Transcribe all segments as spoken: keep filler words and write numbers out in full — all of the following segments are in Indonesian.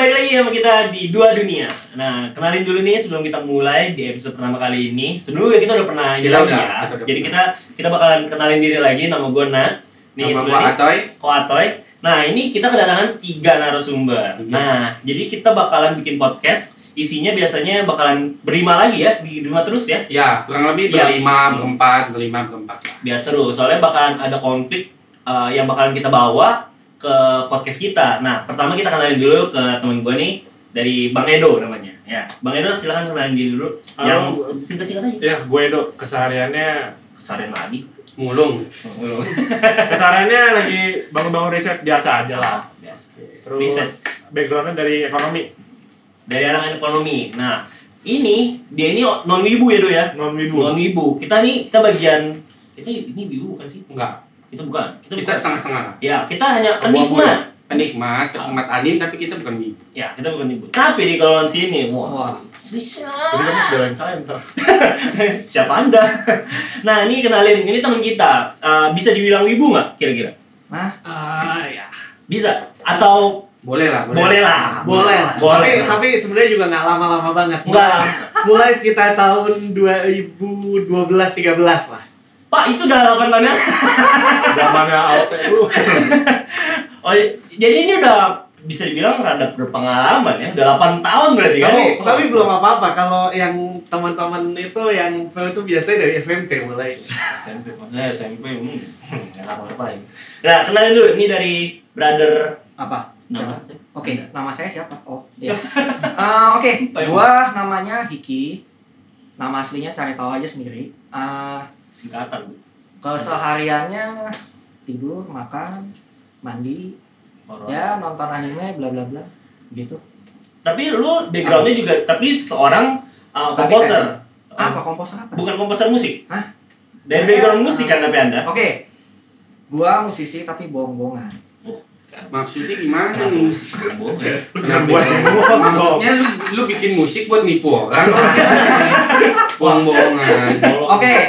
balik lagi sama kita di Dua Dunia. Nah, kenalin dulu nih sebelum kita mulai di episode pertama kali ini. Sebelumnya kita udah pernah ini lagi ya. Kita Jadi kita kita bakalan kenalin diri lagi. Nama gue Nat. Nih nama gue Atoy. Ko Atoy. Nah, ini kita kedatangan tiga narasumber. Tiga. Nah, jadi kita bakalan bikin podcast. Isinya biasanya bakalan berlima lagi ya, berlima terus ya. Ya, kurang lebih berlima, ya. berempat, berlima, berempat. Biar seru. Soalnya bakalan ada konflik uh, yang bakalan kita bawa ke podcast kita. Nah, pertama kita kenalin dulu ke teman gue nih dari Bang Edo namanya. Ya, Bang Edo silakan kenalin diri dulu. Halo. Yang singkat-singkat aja. Ya, gue Edo. Kesehariannya Kesarian lagi. Mulung. Mulung. Kesehariannya lagi bangun-bangun riset biasa aja lah. Biasa. Terus Riset. backgroundnya dari ekonomi. Dari anak ekonomi. Nah, ini dia ini non wibu ya, Do ya? Non wibu. Non wibu. Kita nih kita bagian kita ini wibu bukan sih? Enggak. Kita bukan. Kita, kita setengah-setengah. Ya, kita hanya penikmat. Penikmat, penikmat anime tapi kita bukan wibu. Ya, kita bukan wibu. Tapi di kalau sini, wah. Wah. Jadi kamu belain saya ntar. Siapa Anda? Nah, ini kenalin, ini teman kita. Uh, bisa dibilang wibu nggak kira-kira? Hah? Ah, ya. Bisa? Atau boleh lah, boleh. boleh lah. Boleh lah. Boleh. Tapi, tapi sebenarnya juga nggak lama-lama banget. Enggak. Mulai sekitar tahun dua ribu dua belas tiga belas lah. Pak, itu udah delapan tahun ya? Zamannya A O T dulu. Oh, jadi ini udah bisa dibilang rada berpengalaman ya. Udah delapan tahun berarti kan? Tapi, tapi belum apa-apa. Kalau yang teman-teman itu yang itu biasanya dari S M P mulai. S M P, maksudnya S M P, hmm, nggak apa-apa ya. Nah, kenalin dulu, ini dari brother Apa? nama Oke, okay, nama saya siapa? Oh, iya. uh, Oke, okay. Gua namanya Hiki. Nama aslinya cari tahu aja sendiri. Uh, Singkatan. Kesehariannya tidur, makan, mandi, Horror. ya nonton anime, bla bla bla, gitu. Tapi lu backgroundnya juga, tapi seorang uh, Tapi komposer. Apa komposer apa? Bukan komposer musik. Hah? Dari Saya, background musik kan tapi Anda? Oke, okay. Gua musisi tapi bohong-bohongan. Maksudnya gimana nih? Bohong ya? Kenapa? buat Maksudnya lu, lu bikin musik buat nipu orang? Bohong-bohongan. Oke, okay.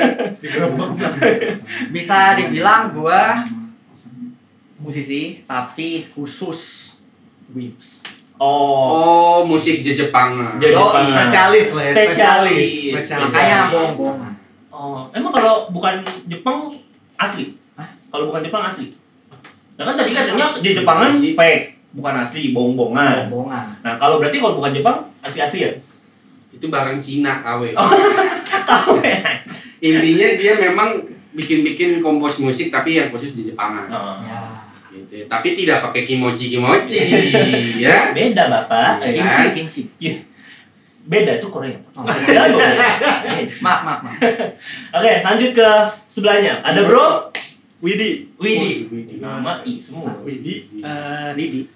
Bisa dibilang gua musisi tapi khusus whips. Oh, Oh, musik Jepangan. Jadi Oh, Jepangan. Spesialis lah ya. Spesialis. Spesialis. Makanya bohong-bohongan. Oh, emang kalau bukan Jepang asli? Hah? Kalau bukan Jepang asli? Ya kan tadi katanya di Jepangan fake, bukan asli, bohong-bohongan. Bohong-bohongan. Nah, kalau berarti kalau bukan Jepang asli-asli ya? Itu barang Cina K W. Tahu ya? Intinya dia memang bikin-bikin kompos musik tapi yang khusus di Jepangan. Oh. Ya. Gitu. Tapi tidak pakai kimochi-kimochi ya. Beda, Bapak. Ya. Kimchi, kimchi. Beda itu Korea. Oh. Beda loh. Maaf, maaf, maaf. Oke, lanjut ke sebelahnya. Ada Bro Widi. Widi. Widi. Nama I semua. Widi. Eh, Didi.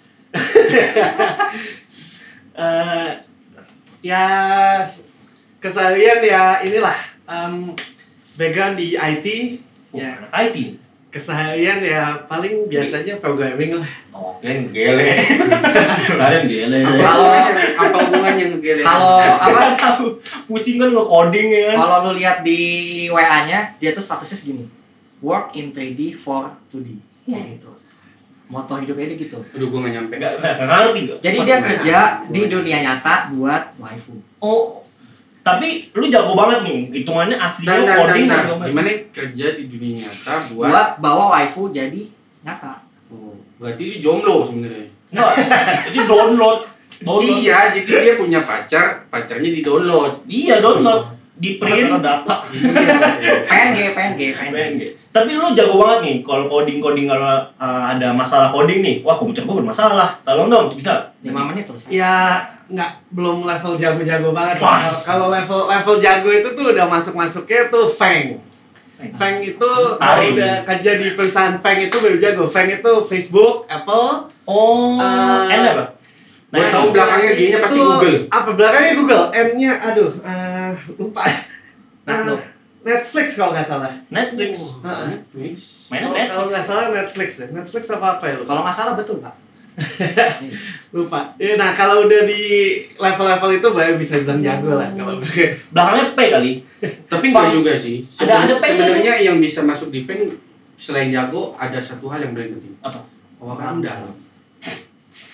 eh, ya keseharian ya inilah um, background di I T. Ya, Ya, anak I T. keseharian ya paling biasanya programming lah. Oh, kan gele. Kalian gele. Kalau apa hubungannya ngegele? Kalau apa? Tahu. Pusing kan nge-coding ya kan. Kalau lu lihat di W A-nya, dia tuh statusnya segini. Work in three D for two D. Ya gitu. Moto hidupnya dia gitu. Aduh, gue gak nyampe. Enggak enggak ngerti gua. Jadi dia kerja di dunia nyata buat waifu. Oh, tapi lu jago banget nih. Hitungannya aslinya Dan, dan, dan, coding dan. jago banget. Gimana kerja di dunia nyata buat... Buat bawa waifu jadi nyata. Oh, berarti lu jomblo sebenarnya. Enggak. Itu download. Download. Iya, jadi dia punya pacar, pacarnya di-download. Iya, download. Di print data. P N G, P N G, P N G. Tapi lu jago banget nih kalau coding-coding kalau uh, ada masalah coding nih. Wah, komputer gua bermasalah. Tolong dong, bisa. lima menit terus. Ya nggak belum level jago-jago banget. Wah. Kalau- Kalau level level jago itu tuh udah masuk-masuknya tuh Feng. Feng itu kalau Ari. udah kerja di perusahaan Feng itu baru jago. Feng itu Facebook, Apple. Oh, Eh, enak apa? Gua tahu belakangnya dia pasti Itu Google. Apa belakangnya Google? M-nya aduh, eh, lupa. Netflix. Eh, Netflix kalau nggak salah. Netflix. Heeh. Mainnya Kalau- Netflix. Kalau nggak salah Netflix deh. Netflix apa apa ya? Lupa. Kalau nggak salah betul, Pak. Lupa. Ya, nah kalau udah di level-level itu baru bisa bilang jago lah kalau Belakangnya P kali. Tapi enggak juga sih. Ada- ada Seben- pen-nya Sebenarnya yang bisa masuk di Feng selain jago ada satu hal yang paling penting. Apa? Wawasan dalam.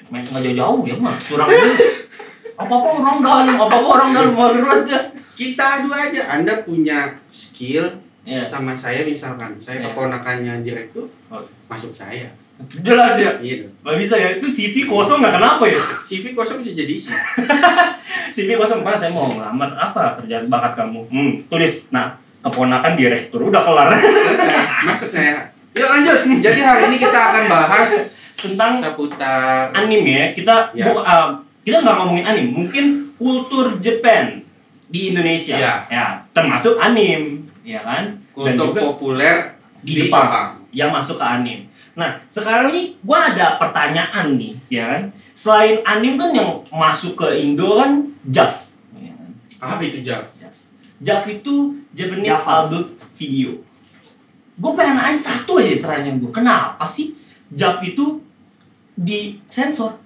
main nggak jauh-jauh dia mah curang dulu. Apa-apa orang dalam, apa-apa orang dalam mau aja. Kita adu aja. Anda punya skill Iya. sama saya misalkan. Saya Iya. keponakannya direktur, Oh. masuk saya. Jelas ya. Gitu. Gak bisa ya, itu C V kosong nggak kenapa ya? C V kosong bisa jadi isi. C V kosong, Pak, saya mau ngelamar apa kerjaan bakat kamu? Hmm, tulis. Nah, keponakan direktur udah kelar. Selesai. Masuk saya. Yuk lanjut. Jadi hari ini kita akan bahas Tentang seputar anime ya. Kita Ya. bu- uh, kita nggak ngomongin anime, mungkin kultur Jepang di Indonesia. Ya. Ya, termasuk anime, ya kan? Dan kultur juga populer di, di, Jepang, Jepang. yang masuk ke anime. Nah, sekarang nih gua ada pertanyaan nih, ya kan? Selain anime kan yang masuk ke Indo kan J A V. Ya kan? Apa itu Jav? J A V itu Japanese Java. Adult Video. Gue pengen nanya satu aja pertanyaan gue, kenapa sih J A V itu di sensor?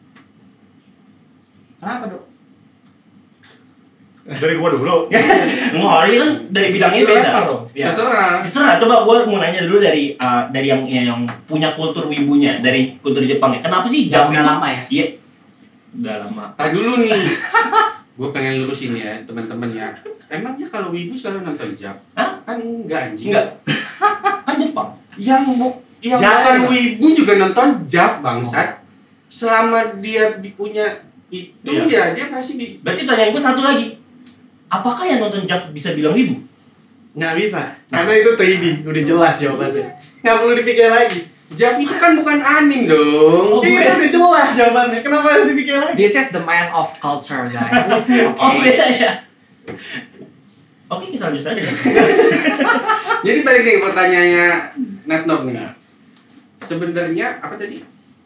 Kenapa, Dok? Dari gua dulu. Nggak, ini kan dari bidangnya beda. Apa dong? Ya. Terserah. Terserah, coba gue mau nanya dulu dari uh, dari yang yang punya kultur wibunya, dari kultur Jepang ya. Kenapa sih J A V Udah itu- lama ya? Iya. Udah lama. Tadi dulu nih. Gue pengen lurusin ya teman-teman ya. Emangnya kalau wibu selalu nonton Jav? Hah? Kan enggak anjing. Enggak. Kan Jepang. Yang bu yang Jangan. bukan wibu juga nonton Jav bangsat. Selama dia di- punya itu Iya. ya dia pasti bisa. Berarti pertanyaan gue satu lagi. Apakah yang nonton J A V bisa bilang wibu? Nggak bisa, karena itu tiga D, udah jelas jawabannya. Nggak perlu dipikir lagi. Jav itu kan bukan anim dong. Oh, Iya, udah jelas jawabannya. Kenapa harus dipikir lagi? This is the man of culture, guys. Oh beda ya. Oke, kita lanjut saja. Jadi balik nih pertanyaannya Netnop nih. Sebenarnya apa tadi?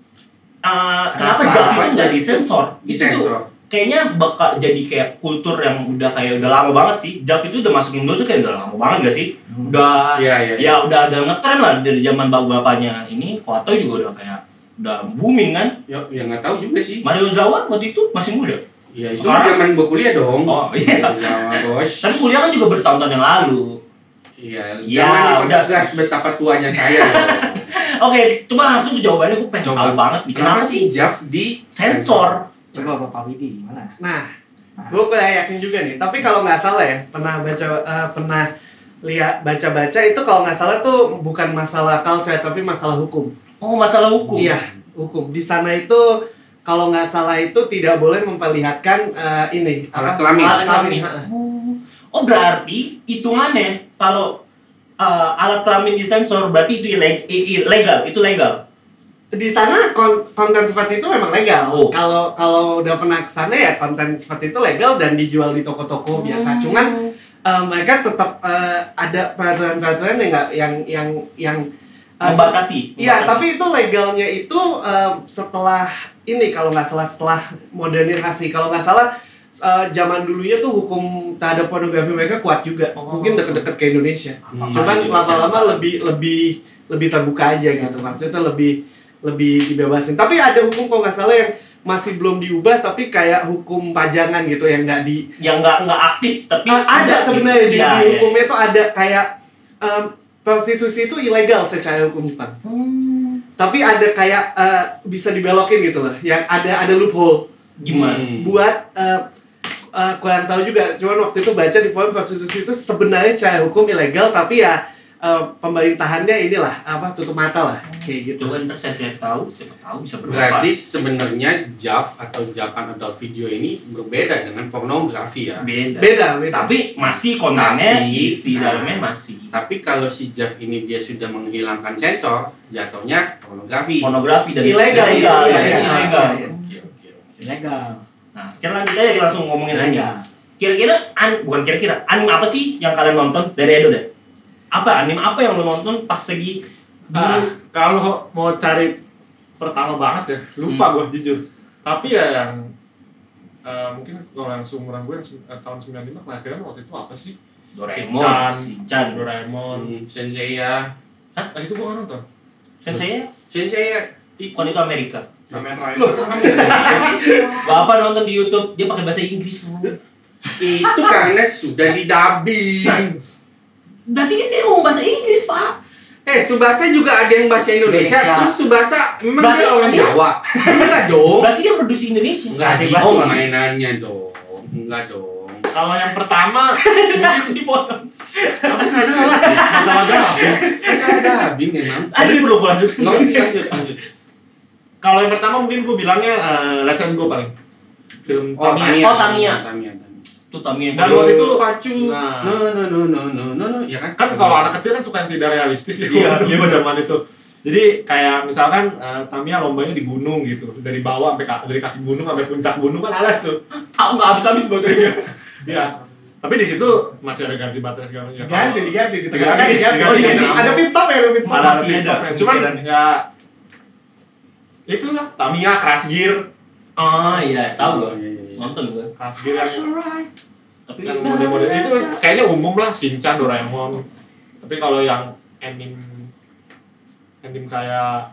Uh, kenapa Kenapa J A V itu J A V jadi itu sensor? di Itu tuh sensor? kayaknya bakal jadi kayak kultur yang udah kayak udah lama banget sih. J A V itu udah masuk Indo tuh kayak udah lama banget gak sih? Udah Iya, iya, ya udah ada ngetren lah dari zaman bapak-bapaknya ini. Koto juga udah kayak udah booming kan. Ya, ya nggak tahu juga sih. Mario Zawa waktu itu masih muda. Ya itu Sekarang- zaman gua kuliah dong. Oh iya. Sama bos. Tapi kuliah kan juga bertahun-tahun yang lalu. Iya, Ya, jangan udah. dipertegas betapa tuanya saya. dong. Oke, coba langsung ke jawabannya, gue pengen tahu banget nih. Kenapa Kenapa sih sih Jav di sensor? Coba Bapak Widi gimana? Nah, gue kayak yakin juga nih. Tapi kalau nggak salah ya, pernah baca, eh, pernah lihat baca-baca itu kalau nggak salah tuh bukan masalah culture tapi masalah hukum. Oh, masalah hukum. Iya, hukum. Di sana itu kalau nggak salah itu tidak boleh memperlihatkan eh, ini Alat apa? kelamin. Alat kelamin. Ha. Oh. Oh, berarti hitungannya kalau uh, alat kelamin disensor berarti itu ileg- i- ilegal, itu legal. Di sana kon- konten seperti itu memang legal. Oh. Kalau kalau udah pernah ke sana ya konten seperti itu legal dan dijual di toko-toko biasa. Cuman eh, mereka tetap eh, ada peraturan-peraturan yang nggak yang yang yang eh, Membatasi. Iya, Membatasi. tapi itu legalnya itu eh, setelah ini kalau nggak salah setelah modernisasi. Kalau nggak salah eh, zaman dulunya tuh hukum terhadap pornografi mereka kuat juga. Oh. Mungkin deket-deket ke Indonesia. Hmm. Cuman Indonesia lama-lama masalah. lebih lebih lebih terbuka aja gitu. Maksudnya lebih lebih dibebasin. Tapi ada hukum kalau nggak salah yang masih belum diubah tapi kayak hukum pajangan gitu yang nggak di yang nggak nggak aktif tapi Ah, ada sebenarnya di, Iya, di iya. hukumnya tuh ada kayak em, prostitusi itu ilegal secara hukum Jepang. Hmm. Tapi ada kayak eh, bisa dibelokin gitu loh. Yang ada ada loophole Gimana? Hmm. buat eh, eh, kurang tahu juga. Cuman waktu itu baca di forum prostitusi itu sebenarnya secara hukum ilegal tapi ya eh, pemerintahannya inilah apa tutup mata lah kayak gitu. Coba ntar saya lihat tahu, siapa tahu bisa berapa. Berarti sebenarnya Jav atau Japan Adult Video ini berbeda dengan pornografi ya. beda. Beda, beda. Tapi masih kontennya Tapi, isi nah, dalamnya masih Tapi kalau si Jav ini dia sudah menghilangkan sensor, jatuhnya pornografi. pornografi dan Ilegal, ilegal, ilegal, ya, iya. ilegal. Oke, oke, oke. Ilegal. Nah, sekarang lanjut aja kita langsung ngomongin aja. Ilegal. Kira-kira an bukan kira-kira anime apa sih yang kalian nonton dari Edo deh? Apa anime apa yang lo nonton pas segi Ah, kalau mau cari pertama banget ya, lupa gua jujur. Tapi ya yang eh, mungkin kalau yang seumuran gue yang sem- eh, tahun sembilan puluh lima kelahiran waktu itu apa sih? Doraemon, Shinchan. Shinchan, Doraemon. Hmm, Senseiya. Ah, itu gua nggak nonton. Sensei Senseiya bukan itu Amerika. Kamen Loh, Rider. sama Indonesia Bapak nonton di YouTube dia pakai bahasa Inggris. sih? Itu karena sudah didubbing. Berarti kan dia ngomong bahasa Inggris, Pak. Eh, Tsubasa juga ada yang bahasa Indonesia, Indonesia. terus Tsubasa memang Berarti dia orang dia- Jawa. Enggak dong. Berarti dia produksi Indonesia. Enggak Ada di bahasa. mainannya dong. Enggak dong. Kalau yang pertama mungkin Dipotong. apa sih ada lah sih masalah drama. Kan ada habing memang. Tadi belum gua lanjutin. Lanjut lanjut lanjut. Kalau yang pertama mungkin gua bilangnya uh, Let's Go paling. Film Oh, Tamiya. Tamiya. Oh, Tamiya. Tamiya. Tamiya. Itu Tamiya. Dan waktu itu- pacu. Nah. No no no no no no no ya kan? Kan kalau anak kecil kan suka yang tidak realistis ya Iya, waktu iya. gua zaman itu. Jadi kayak misalkan uh, Tamiya lombanya di gunung gitu, dari bawah sampai ka- dari kaki gunung sampai puncak gunung kan alas tuh. Ah, nggak habis-habis baterainya. Iya. Tapi di situ masih ada ganti baterai segala macam. Ganti, diganti, Diganti, diganti, diganti, Oh, diganti. diganti. Ada pit stop ya, ada pit stop. Malah Masih pit ada stop ya. Cuman pemikiran. ya itulah Tamiya Crash Gear, Oh iya, tahu Oh, loh. iya, iya, iya. Nonton gue. Crash Gear yang Tapi yang model-model itu kayaknya umum lah, Shinchan, Doraemon. Tapi kalau yang anime anime kayak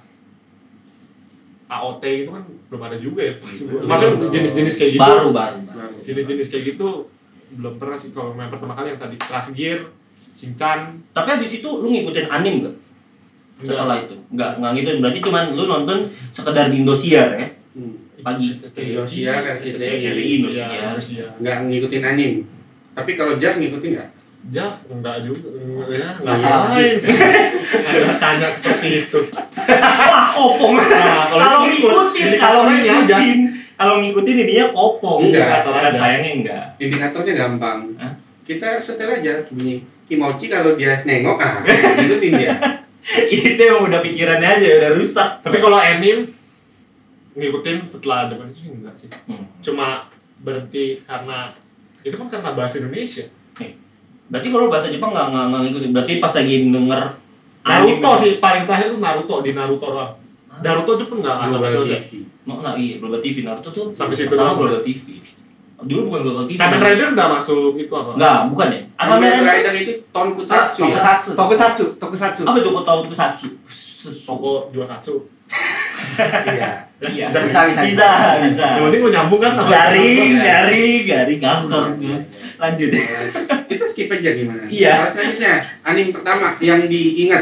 A O T itu kan belum ada juga ya. Maksudnya jenis-jenis kayak gitu. baru baru. Baru. Jenis-jenis kayak gitu belum pernah sih kalau yang pertama kali yang tadi Crash Gear, Shinchan. Tapi habis itu lu ngikutin anime gak? Enggak Setelah sih. itu? Enggak, enggak ngikutin. Berarti cuman lu nonton sekedar di Indosiar ya? Hmm. Pagi. Indosiar, R C T I. R C T I, Indosiar. Iya, Indosiar. Enggak ngikutin anim. Tapi kalau Jack ngikutin enggak? Jaf enggak juga. Ya, enggak Masalah. salahin. Ada tanya seperti itu. Wah, kopong. Nah, kalau Kalau ngikut, ngikutin, ini kalau katornya aja. ngikutin, kalau ngikutin ininya kopong. Enggak. Indikator kan sayangnya enggak. Indikatornya gampang. Hah? Kita setel aja bunyi Kimochi kalau dia nengok ah ngikutin dia. Itu emang udah pikirannya aja udah rusak. Tapi kalau anime ngikutin setelah Japan itu enggak sih. Hmm. Cuma berhenti karena itu kan karena bahasa Indonesia. Berarti kalau bahasa Jepang nggak nggak nggak ngikutin. Berarti pas lagi denger Naruto anime- sih paling terakhir tuh Naruto di Naruto doang. Naruto tuh pun enggak sampai Global selesai. T V. Mau nggak iya Global T V Naruto tuh Sampai situ pertama doang. Global T V. Dulu bukan Global T V. Kamen Rider udah masuk itu apa? Enggak, bukan ya. Kamen Kamen Rider Rider itu Tonkatsu ya. Tokusatsu. Tokusatsu, tokusatsu. apa tuh kau tahu Tokusatsu? Toko jual katsu. Iya. Iya. Bisa, bisa, bisa. bisa. bisa. Yang penting mau nyambung kan sama Garing, Iya. garing, garing, kasar. Lanjut. Kita skip aja gimana? Iya. Kalau selanjutnya anime pertama yang diingat.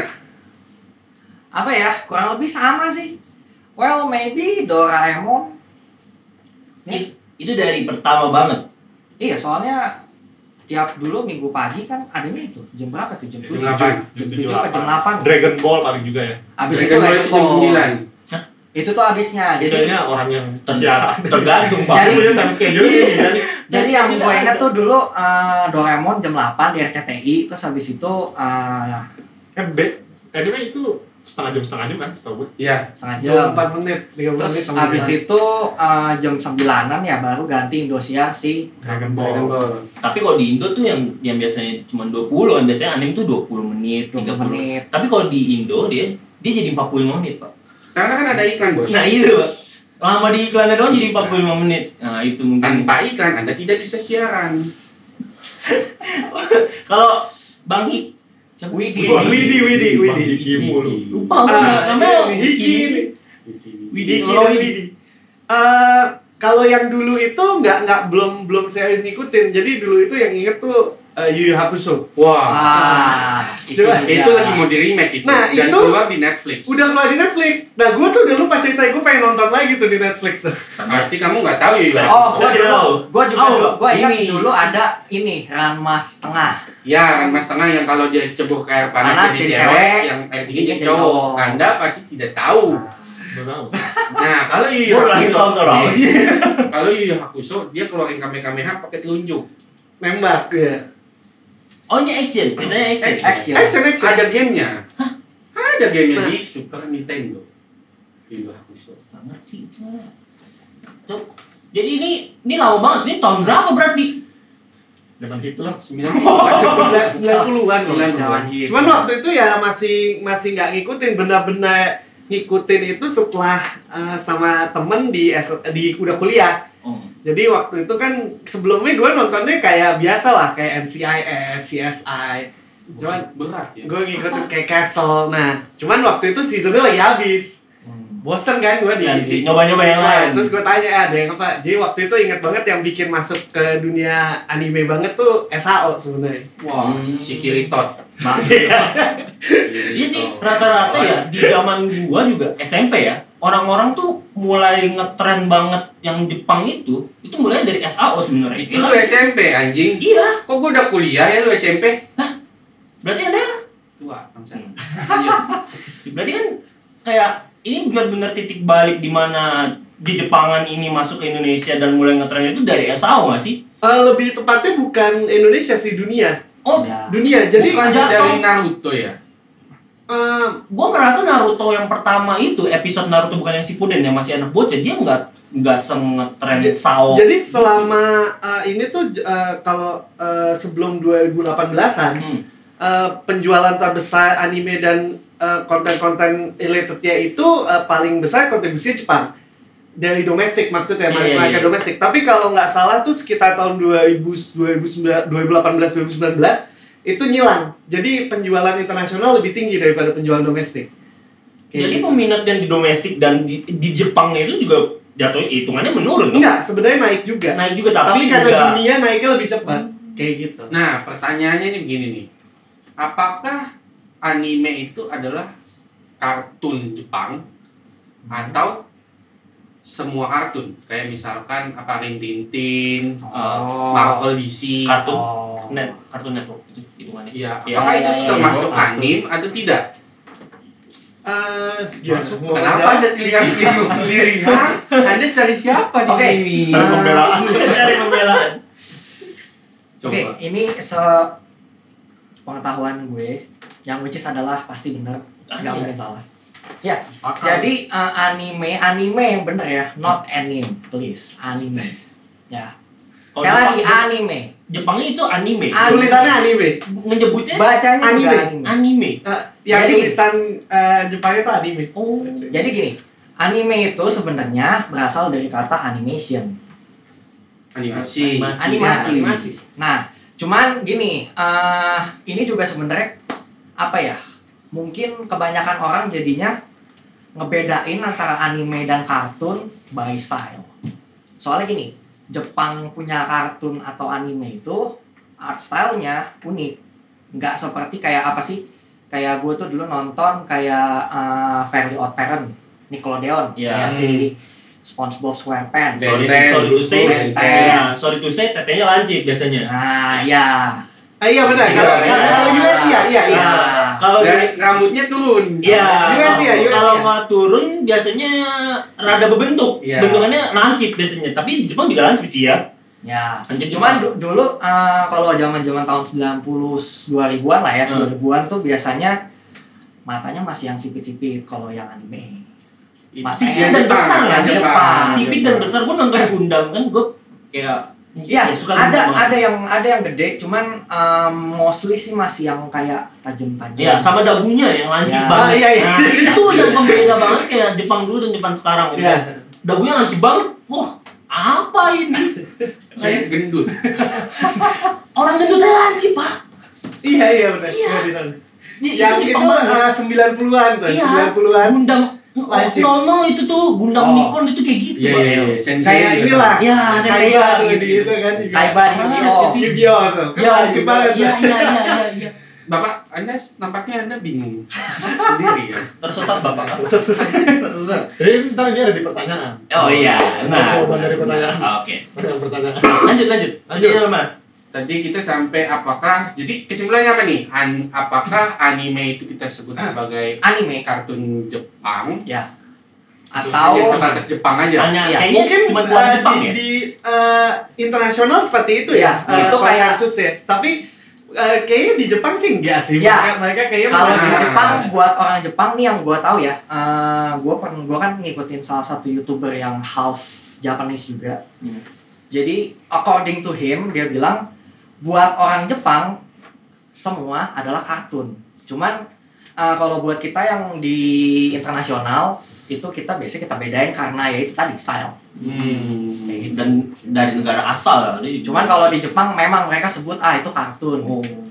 Apa ya? Kurang lebih sama sih. Well, maybe Doraemon. It- Itu dari pertama banget. Iya, soalnya tiap dulu minggu pagi kan adanya itu. Jam berapa tuh? Jam Jam tujuh. delapan. Jam tujuh ke jam delapan. Dragon Ball paling juga ya. Abis Dragon Ball itu jam sembilan. Itu tuh abisnya. Jadi Jadi kayaknya orang yang Ter- siaran. Tergantung Dia Pak. punya time schedule ini jadi jadi yang Tidak gue ingat ada. tuh dulu eh, Doraemon jam delapan di R C T I, terus habis itu eh, kan be anime itu setengah jam setengah jam kan setahu gue. Iya. setengah Jam jam. empat menit, tiga puluh Terus menit. sama habis jalan. itu eh, jam sembilanan ya baru ganti Indosiar si Dragon Dragon Ball. Ball. Tapi kalau di Indo tuh yang yang biasanya cuma dua puluh kan biasanya anime tuh dua puluh menit, dua tiga puluh puluh. menit. Tapi kalau di Indo dia dia jadi empat puluh lima menit, Pak. Karena kan ada iklan bos. Nah, itu, Pak. Lama di iklannya doang jadi empat puluh lima menit. Nah, itu mungkin. Tanpa iklan Anda tidak bisa siaran. Kalau Bang Hik siapa? Widi. Wah, Widi, Widi, Widi. Bang Hiki mulu. Lupa gua Ah, namanya ini Hiki. Widi Diki tolong dan Widi. Widi. Eh, kalau yang dulu itu nggak nggak belum belum serius ngikutin. Jadi dulu itu yang inget tuh eh, Yu Yu Hakusho. Wah. Ah, itu, Coba. dia. Itu lagi mau di remake itu Nah, dan itu keluar di Netflix. Udah keluar di Netflix. Nah, gue tuh udah lupa ceritanya. Gue pengen nonton lagi tuh di Netflix tuh. Pasti kamu nggak tahu ya. Oh, gua Saya dulu, tahu. gua juga Oh, dulu, gua ingat ini. dulu ada ini Ranma setengah. Ya, kan Mas Tengah yang kalau dia cebur ke air panas Panas jadi jadi cewek, cewek, yang air dingin jadi jadi cowok. cowok. Anda pasti tidak tahu. Belum tahu. Nah, kalau Yu Yu Gua lagi Hakusho, nonton apa sih? kalau Yu Yu Hakusho dia keluarin Kamehameha pakai telunjuk. Nembak ya. Oh, ini action, ceritanya action. Action. Action. Action, action. Ada gamenya. Ada gamenya Nah. di Super Nintendo. Yu Yu Hakusho. Nggak ngerti. Tuh. Jadi ini ini lama banget. Ini tahun berapa berarti? Zaman Hitler. sembilan puluh. sembilan puluhan loh. Sembilan Jangan puluh. gitu. Cuman waktu itu ya masih masih nggak ngikutin, benar-benar ngikutin itu setelah eh, sama temen di S- di udah kuliah. Oh. Jadi waktu itu kan sebelumnya gue nontonnya kayak biasa lah, kayak N C I S, C S I. Cuman berat ya. gue ngikutin kayak Castle. Nah, cuman waktu itu seasonnya lagi habis. bosen kan gue di, Ya, di nyoba-nyoba yang Nah, lain. terus gue tanya ada yang apa, jadi waktu itu inget banget yang bikin masuk ke dunia anime banget tuh S H O sebenarnya. Wah, Hmm. si Kiritot. Iya sih, rata-rata ya di zaman gua juga S M P ya, orang-orang tuh mulai ngetren banget yang Jepang itu, itu mulai dari S A O sebenarnya. Itu lu S M P anjing. Iya, Kok gua udah kuliah ya lu S M P? berarti ada. Tua, bangsa. Hmm. Lanjut. Berarti kan kayak ini benar-benar titik balik di mana di Jepangan ini masuk ke Indonesia dan mulai ngetren itu dari S A O nggak sih? Eh, lebih tepatnya bukan Indonesia sih, dunia. Oh, Ya. Dunia. Jadi Bukan jatuh. dari Naruto ya? eh, gua ngerasa Naruto yang pertama itu episode Naruto bukan yang Shippuden yang masih anak bocah, dia nggak nggak sengetren J- S A O. jadi selama eh, ini tuh eh, kalau eh, sebelum dua ribu delapan belasan Hmm. eh, penjualan terbesar anime dan eh, konten-konten relatednya itu eh, paling besar kontribusinya Jepang dari domestik, maksudnya Iya, iya, mereka iya. domestik. Tapi kalau nggak salah tuh sekitar tahun dua ribu, dua ribu sembilan, dua ribu delapan belas, dua ribu sembilan belas itu nyilang. Jadi penjualan internasional lebih tinggi daripada penjualan domestik. Kayak Jadi gitu. peminat yang di domestik dan di, di Jepang itu juga jatuh hitungannya menurun dong. Enggak, sebenarnya naik juga. Naik juga Tapi, tapi, karena juga dunia naiknya lebih cepat. Kayak gitu. Nah, pertanyaannya nih begini nih. Apakah anime itu adalah kartun Jepang atau semua kartun? Kayak misalkan apa Rin Tintin, uh, Marvel D C. kartun Oh. net kartun network itu hitungannya. Iya, Iya, apakah iya, itu iya, termasuk iya. anime atau tidak? Eh, gimana? Mau Kenapa jawab? Anda celingak-celinguk sendiri? Hah? Anda cari siapa di Oke. sini? Cari pembelaan, cari pembelaan. Coba. Oke, ini se pengetahuan gue yang which is adalah pasti benar, Ah, nggak iya. mungkin salah. Ya, Akal. jadi uh, anime, anime yang benar ya, not anime, please, anime. Ya. Kalau Sekali lagi Jepang- anime. Jepangnya itu anime. Anime. Tulisannya anime. Menyebutnya Bacanya juga Anime. anime. anime. Eh, yang Jadi- tulisan eh, Jepangnya itu anime. Oh. Jadi gini, anime itu sebenarnya berasal dari kata animation. Animasi. Animasi. Animasi. Animasi. Nah, cuman gini, eh ini juga sebenarnya apa ya? Mungkin kebanyakan orang jadinya ngebedain antara anime dan kartun by style. Soalnya gini, Jepang punya kartun atau anime itu art style-nya unik. Nggak seperti kayak apa sih? Kayak gue tuh dulu nonton kayak eh, Fairly Odd Parent, Nickelodeon, Ya. kayak si SpongeBob SquarePants. Ben Sorry, ten, sorry to say, Ben ten. ya, sorry to say, tetenya lancip biasanya. Nah, ya. Ah, iya benar. Iya, Kalau iya, kalau- kalau iya. U S iya, iya, iya. Nah, Kalau Dan rambutnya turun. Iya, U S ya, U S kalau ya. nggak turun biasanya rada berbentuk, Iya. bentukannya lancip biasanya. Tapi di Jepang juga lancip sih ya. ya. Lancip Cuman Jepang. du- dulu eh, kalau zaman-zaman tahun sembilan puluh dua ribuan lah ya, Hmm. dua ribuan tuh biasanya matanya masih yang sipit-sipit kalau yang anime. Itu Masih dia dan Jepang, besar ya, Jepang, Jepang. sipit dan besar. Gue nonton Gundam kan, gue kayak Iya, suka ada Gundam. ada yang ada yang gede, cuman em, mostly sih masih yang kayak tajam-tajam. Ya, sama dagunya yang lancip Ya. banget. Ah, iya, iya. Nah, itu yang pembeda banget kayak Jepang dulu dan Jepang sekarang gitu. Iya. Dagunya lancip banget. Wah, apa ini? Saya gendut. Orang gendutnya lancip, Pak. Iya, iya benar. Iya. Iya, benar. Ya, Yang itu Jepang banget. eh, sembilan puluhan tuh, Iya, sembilan puluhan. Gundam Lancip. Nono itu tuh Gundam Oh. Nikon itu kayak gitu. Iya, Pak. iya, iya. Sensei Kayak juga inilah. sama. Ya, Kaiba Kaiba tuh gitu. di itu kan. Kaiba di Yu-Gi-Oh. Yu-Gi-Oh tuh. Kan Ya, lancip banget. Iya, iya, iya, iya, iya. Bapak, Anda nampaknya Anda bingung sendiri ya. Tersesat Bapak. Tersesat. Jadi ntar ini ada di pertanyaan. Oh iya. Nah, Jawaban dari pertanyaan. Oke. Yang pertanyaan. Lanjut, lanjut. Lanjut. Iya, Mas. Tadi kita sampai apakah, jadi kesimpulannya apa nih? An, apakah anime itu kita sebut sebagai Anime kartun Jepang? ya. Atau Atau hanya sebatas Jepang aja? Hanya Iya. kayaknya Mungkin cuma eh, buat Jepang di, ya. di eh, internasional seperti itu ya. Iya, eh, itu kayak- konsensusnya. Tapi eh, kayaknya di Jepang sih enggak sih. Ya. Mereka, mereka kayaknya kalau di Nah. Jepang buat orang Jepang nih yang gua tahu ya, eh gua pernah gua kan ngikutin salah satu YouTuber yang half Japanese juga. Hmm. Jadi according to him dia bilang buat orang Jepang semua adalah kartun. Cuman eh, kalau buat kita yang di internasional itu kita biasanya kita bedain karena ya itu tadi style. Hmm. Kayak gitu. Dan dari negara asal. Jadi Cuman kalau di Jepang memang mereka sebut ah itu kartun. Oh.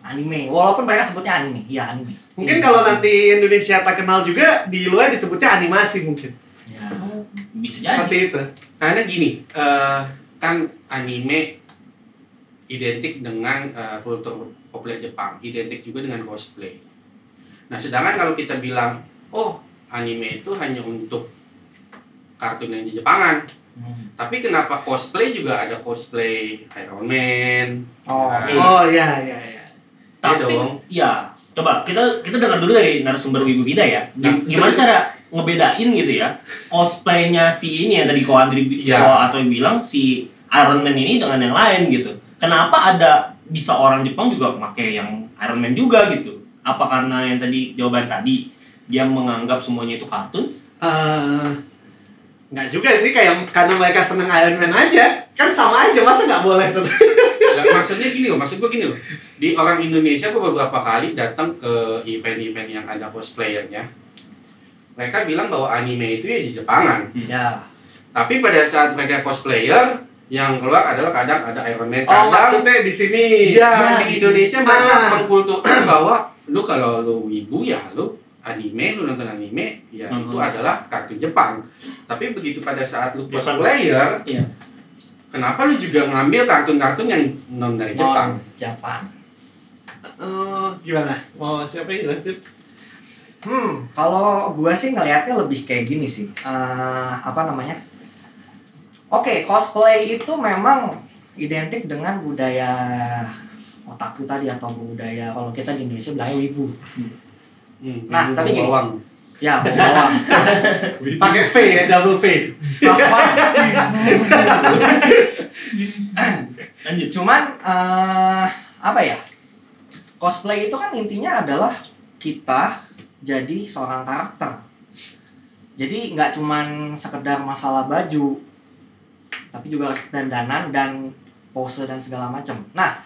Anime, walaupun mereka sebutnya anime, iya anime. Mungkin kalau nanti Indonesia tak kenal juga, di luar disebutnya animasi mungkin. Ya. Bisa jadi. Seperti itu. Karena gini, eh, kan anime identik dengan eh, kultur populer Jepang, identik juga dengan cosplay. Nah, sedangkan kalau kita bilang, oh anime itu hanya untuk kartun yang di Jepangan, Hmm. tapi kenapa cosplay juga ada cosplay Iron Man? Oh, Nah, iya. Oh iya iya iya. Tapi, dong. ya, coba kita kita dengar dulu dari narasumber Wibu Bida ya. Gim- Nah, Gimana cara ngebedain gitu ya cosplaynya si ini yang tadi Ko Andri bi- Iya. Ko atau bilang si Iron Man ini dengan yang lain gitu. Kenapa ada bisa orang Jepang juga pakai yang Iron Man juga gitu? Apa karena yang tadi jawaban tadi dia menganggap semuanya itu kartun? Eh, nggak juga sih, kayak karena mereka seneng Iron Man aja, kan sama aja, masa nggak boleh seneng? Nggak, maksudnya gini loh, maksud gue gini loh. Di orang Indonesia gue beberapa kali datang ke event-event yang ada cosplayernya. Mereka bilang bahwa anime itu ya di Jepangan. ya. Tapi pada saat mereka cosplayer, yang keluar adalah kadang ada Iron Man, Oh, kadang maksudnya di sini. iya, Ya, di Indonesia mereka Ah. mengkulturkan bahwa lu kalau lu wibu ya lu anime, lu nonton anime ya Mhm. itu adalah kartun Jepang. Tapi begitu pada saat lu Bukan. cosplayer, Iya. kenapa lu juga ngambil kartun-kartun yang non dari Jepang? Non Jepang. Eh, gimana? Mau siapa yang jelasin? Hmm, kalau gua sih ngelihatnya lebih kayak gini sih. Eh, apa namanya? Oke, cosplay itu memang identik dengan budaya otaku tadi atau budaya kalau kita di Indonesia bilangnya wibu. Hmm, Nah, wibu tapi gini. bawang. Ya, bawang. Pakai V ya, double V. Lanjut. Cuman eh, apa ya? Cosplay itu kan intinya adalah kita jadi seorang karakter. Jadi nggak cuman sekedar masalah baju, tapi juga harus dandanan dan pose dan segala macam. Nah,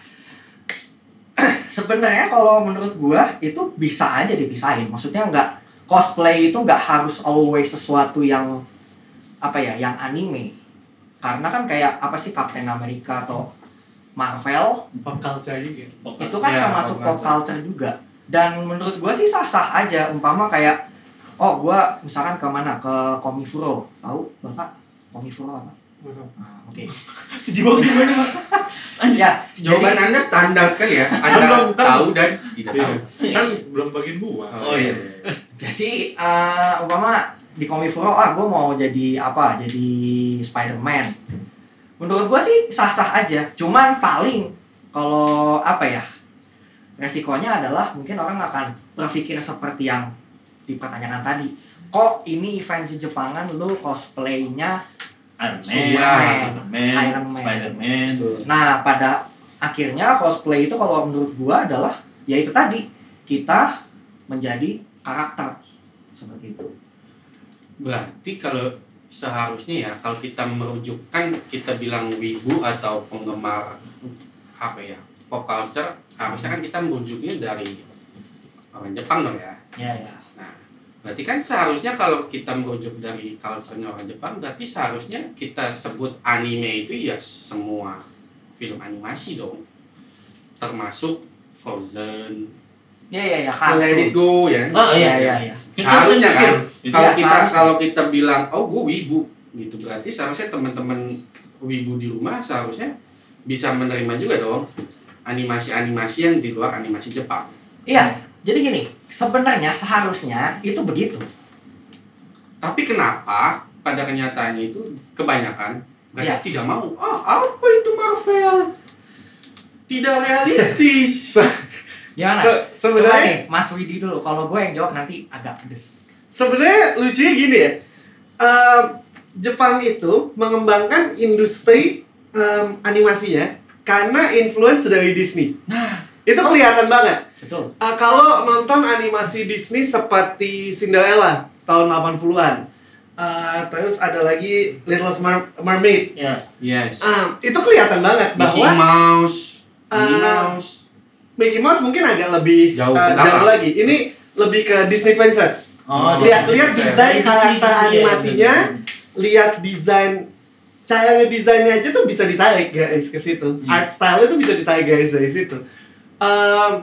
sebenarnya kalau menurut gua itu bisa aja dipisahin. Maksudnya nggak, cosplay itu nggak harus always sesuatu yang apa ya, yang anime. Karena kan kayak apa sih Captain America atau Marvel Pop culture juga. itu kan Ya, termasuk pop pop culture juga. Dan menurut gua sih sah-sah aja. Umpama kayak, oh gua misalkan ke mana, ke Komifuro, tahu bapak Komifuro apa? Nah, oke. Jiwa gimana Pak? Ya, Jawaban jadi, Anda standar sekali ya. Anda Belum, kan- tahu dan tidak Iya. tahu. Kan belum bagian gua. Oh, iya. jadi eh, umpama di Komifuro, ah gua mau jadi apa? Jadi Spider-Man. Menurut gua sih sah-sah aja. Cuman paling kalau apa ya? Resikonya adalah mungkin orang akan berpikir seperti yang dipertanyakan tadi. Kok ini event di Jepangan lu cosplaynya? Iron Man, Superman, Superman, Iron Man. Spider-Man. Nah, pada akhirnya cosplay itu kalau menurut gua adalah ya itu tadi, kita menjadi karakter seperti itu. Berarti kalau seharusnya ya kalau kita merujukkan, kita bilang wibu atau penggemar apa ya, pop culture, harusnya kan kita merujuknya dari orang Jepang dong ya. Ya ya. Nah, berarti kan seharusnya kalau kita merujuk dari culture-nya orang Jepang, berarti seharusnya kita sebut anime itu ya semua film animasi dong, termasuk Frozen, Ya ya ya, Let It Go ya. Oh Iya iya. iya iya. Seharusnya kan, Itu kalau ya, kita seharusnya. kalau kita bilang oh gue wibu gitu, berarti seharusnya teman-teman wibu di rumah seharusnya bisa menerima juga dong animasi-animasi yang di luar animasi Jepang. Iya, jadi gini, sebenarnya seharusnya itu begitu. Tapi kenapa pada kenyataannya itu kebanyakan mereka Iya. tidak mau? Ah, apa itu Marvel? Tidak realistis. Gimana? Se- Coba sebenarnya nih, Mas Widi dulu. Kalau gue yang jawab nanti agak pedes. sebenarnya lucunya gini ya. Em, Jepang itu mengembangkan industri em, animasinya karena influence dari Disney. Itu kelihatan banget. Betul. Uh, kalau nonton animasi Disney seperti Cinderella tahun delapan puluhan, uh, terus ada lagi Little Mer- Mermaid, Ya. Yes. uh, itu kelihatan banget Mickey bahwa Mouse, Minnie Ah, Mouse. Mickey Mouse mungkin agak lebih Jauh uh, ke jauh belakang. lagi. Ini lebih ke Disney Princess. Oh, lihat Disney lihat Princess. desain Disney, karakter iya, animasinya, bener. lihat desain cara desainnya aja tuh bisa ditarik guys ke situ. Hmm. Art style itu bisa ditarik guys dari situ. Um,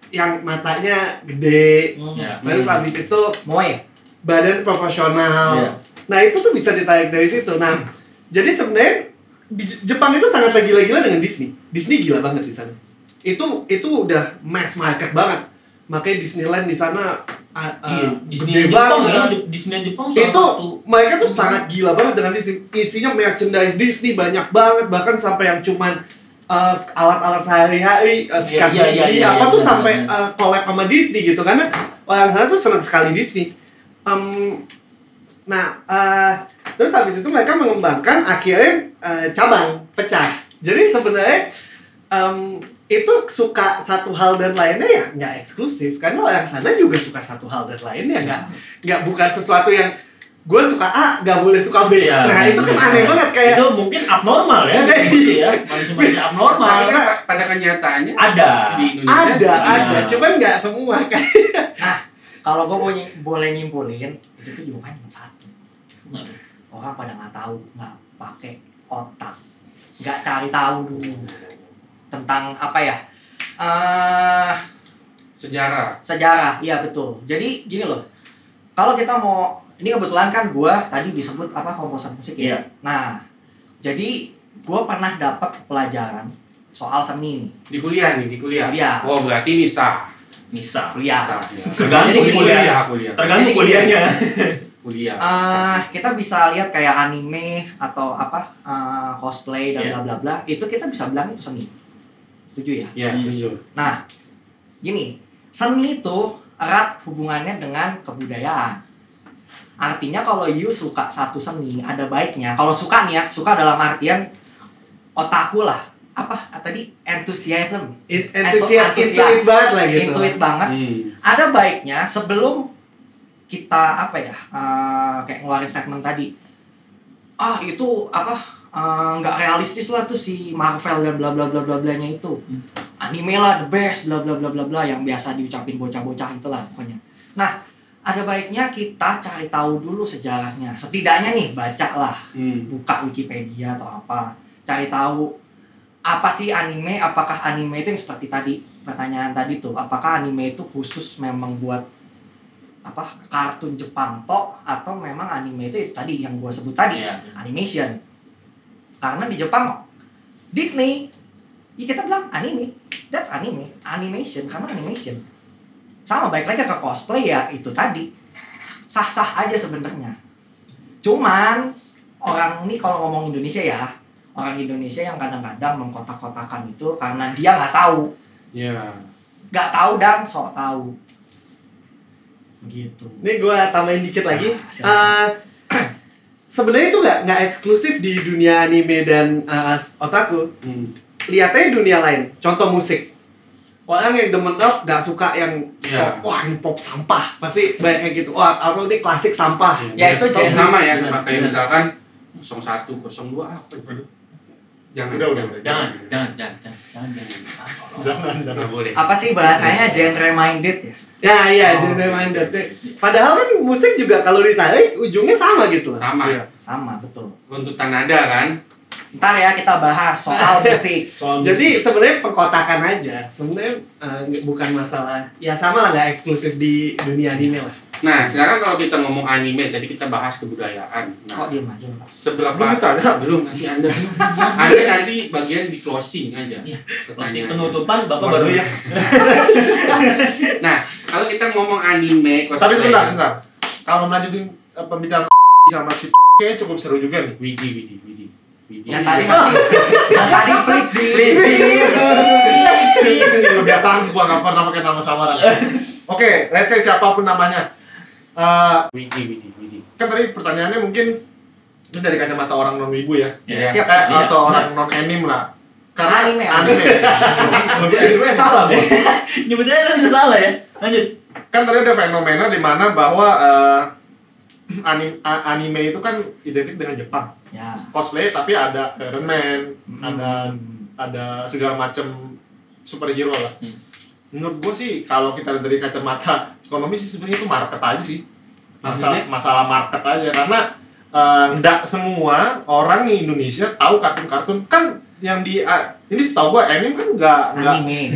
yang matanya gede, Hmm. Ya. terus Hmm. habis itu Moe. badan proporsional. Iya. Nah itu tuh bisa ditarik dari situ. Nah jadi sebenarnya di J- Jepang itu sangat gila-gila dengan Disney. Disney gila banget di sana. Itu itu udah mass market banget. Makanya Disneyland di sana uh, uh, Iya, gede Disney Jepang ya, banget. Disney Jepang salah Itu satu. mereka tuh sangat gila banget dengan Disney. Isinya merchandise Disney banyak banget, bahkan sampai yang cuman uh, alat-alat sehari-hari, uh, sikat Iya, iya, gigi, iya, apa iya, tuh benar, sampai benar. uh, collab sama Disney gitu. Karena orang sana tuh senang sekali Disney. Um, nah, uh, terus habis itu mereka mengembangkan akhirnya uh, cabang pecah. Jadi sebenarnya um, itu suka satu hal dan lainnya ya nggak eksklusif, karena orang sana juga suka satu hal dan lainnya, nggak nggak bukan sesuatu yang gue suka A nggak boleh suka B. Iya, Nah itu kan iya. aneh banget kayak Itu mungkin abnormal ya, gitu ya. Manusia-manusia abnormal. Tapi kan pada kenyataannya Ada. di Indonesia ada juga ada, Iya. cuman nggak semua kayak. Nah, kalau gue boleh boleh nyimpulin, itu tuh jawabannya cuma satu. Orang pada nggak tahu, nggak pakai otak, nggak cari tahu dulu tentang apa ya eh sejarah. sejarah. Iya betul. Jadi gini loh, kalau kita mau, ini kebetulan kan gue tadi disebut apa komposer musik ya. Iya. Nah, jadi gue pernah dapat pelajaran soal seni nih, Di kuliah nih, di kuliah. Kuliah. Oh, berarti ini sah. Misal. kuliah. Sah, ya. Tergantung Jadi gini, kuliah. Kuliah, kuliah. Tergantung Jadi gini. kuliahnya. Kuliah. Eh, kita bisa lihat kayak anime atau apa eh, cosplay dan Iya. bla bla bla, itu kita bisa bilang itu seni. Setuju ya? Ya, setuju. Nah, gini, seni itu erat hubungannya dengan kebudayaan. Artinya kalau you suka satu seni, ada baiknya. Kalau suka nih ya, suka dalam artian otaku lah. Apa tadi? Enthusiasm. It- Entu- Entusias, antusias. intuit banget lah gitu. Intuit banget. Hmm. Ada baiknya sebelum kita apa ya eh, kayak ngeluarin statement tadi, ah itu apa eh, nggak realistis lah tuh si Marvel dan bla bla bla bla blanya itu, anime lah the best bla bla bla bla bla yang biasa diucapin bocah-bocah itulah pokoknya. Nah, ada baiknya kita cari tahu dulu sejarahnya, setidaknya nih baca lah, Hmm. buka Wikipedia atau apa, cari tahu apa sih anime, apakah anime itu yang seperti tadi pertanyaan tadi tuh, apakah anime itu khusus memang buat apa kartun Jepang tok, atau memang anime itu tadi yang gua sebut tadi, Iya. animation. Karena di Jepang Disney, ya kita bilang anime, that's anime, animation, karena animation. Sama baik lagi ke cosplay ya itu tadi, sah-sah aja sebenarnya. Cuman orang ini kalau ngomong Indonesia ya, orang Indonesia yang kadang-kadang mengkotak-kotakan itu karena dia nggak tahu, Ya. nggak tahu dan sok tahu. Begitu. Ini gue tambahin dikit lagi. Ah, silakan. Eh, Sebenarnya itu nggak nggak eksklusif di dunia anime dan uh, otaku. Hmm. Lihatnya dunia lain. Contoh musik. Orang yang demen rock nggak suka yang Iya. pop, wah ini pop sampah. Pasti banyak kayak gitu. Wah atau ini klasik sampah. Ya, itu Benar. genre. sama ya, sama Benar, kayak benar. misalkan nol satu, nol dua apa itu? Jangan. Udah, udah, udah. Jangan, jangan, jangan, jangan, jangan, jangan. Jangan, jangan. Nggak boleh. Apa sih bahasanya genre minded ya? Ya iya, Oh. genre minded. Padahal kan musik juga kalau ditarik ujungnya sama gitu. Sama. Iya. Sama betul. Runtutan nada kan? Ntar ya kita bahas soal musik. Soal Jadi sebenarnya pengkotakan aja. Sebenarnya eh, bukan masalah. Ya sama lah, nggak eksklusif di dunia anime lah. Nah, sekarang kalau kita ngomong anime, tadi kita bahas kebudayaan. Nah, Kok diem aja Pak? seberapa Belum ditanya. belum nanti Anda. Anda nanti bagian di closing aja. Iya. Masih pertanyaannya. penutupan bapak Baru baru ya. Nah, kalau kita ngomong anime, Tapi cosplay, sebentar, sebentar. Kalau melanjutin eh, pembicaraan sama si kayaknya cukup seru juga nih. Widi, Widi, Widi, Widi. Yang tadi nanti, yang tadi please di, Please, Kebiasaan gua nggak pernah pakai nama samaran. Oke, let's say siapapun namanya. Eh, Widi, Widi, Widi. kan tadi pertanyaannya mungkin ini dari kacamata orang non wibu ya, Ya. Siap. eh, Iya. atau orang non anime lah. Karena Anime, anime. Lebih anime salah bu. nyebutnya kan udah salah ya. Lanjut. Kan tadi ada fenomena di mana bahwa eh, anim- a- anime itu kan identik dengan Jepang. Ya. Cosplay tapi ada Iron Man, Hmm. ada ada segala macam superhero lah. Hmm. Menurut gue sih kalau kita lihat dari kacamata ekonomi sih sebenarnya itu market aja sih. Masalah Maksudnya? masalah market aja karena eh, nggak semua orang di Indonesia tahu kartun-kartun kan yang di uh, ini setahu gua anime kan nggak nggak Anime.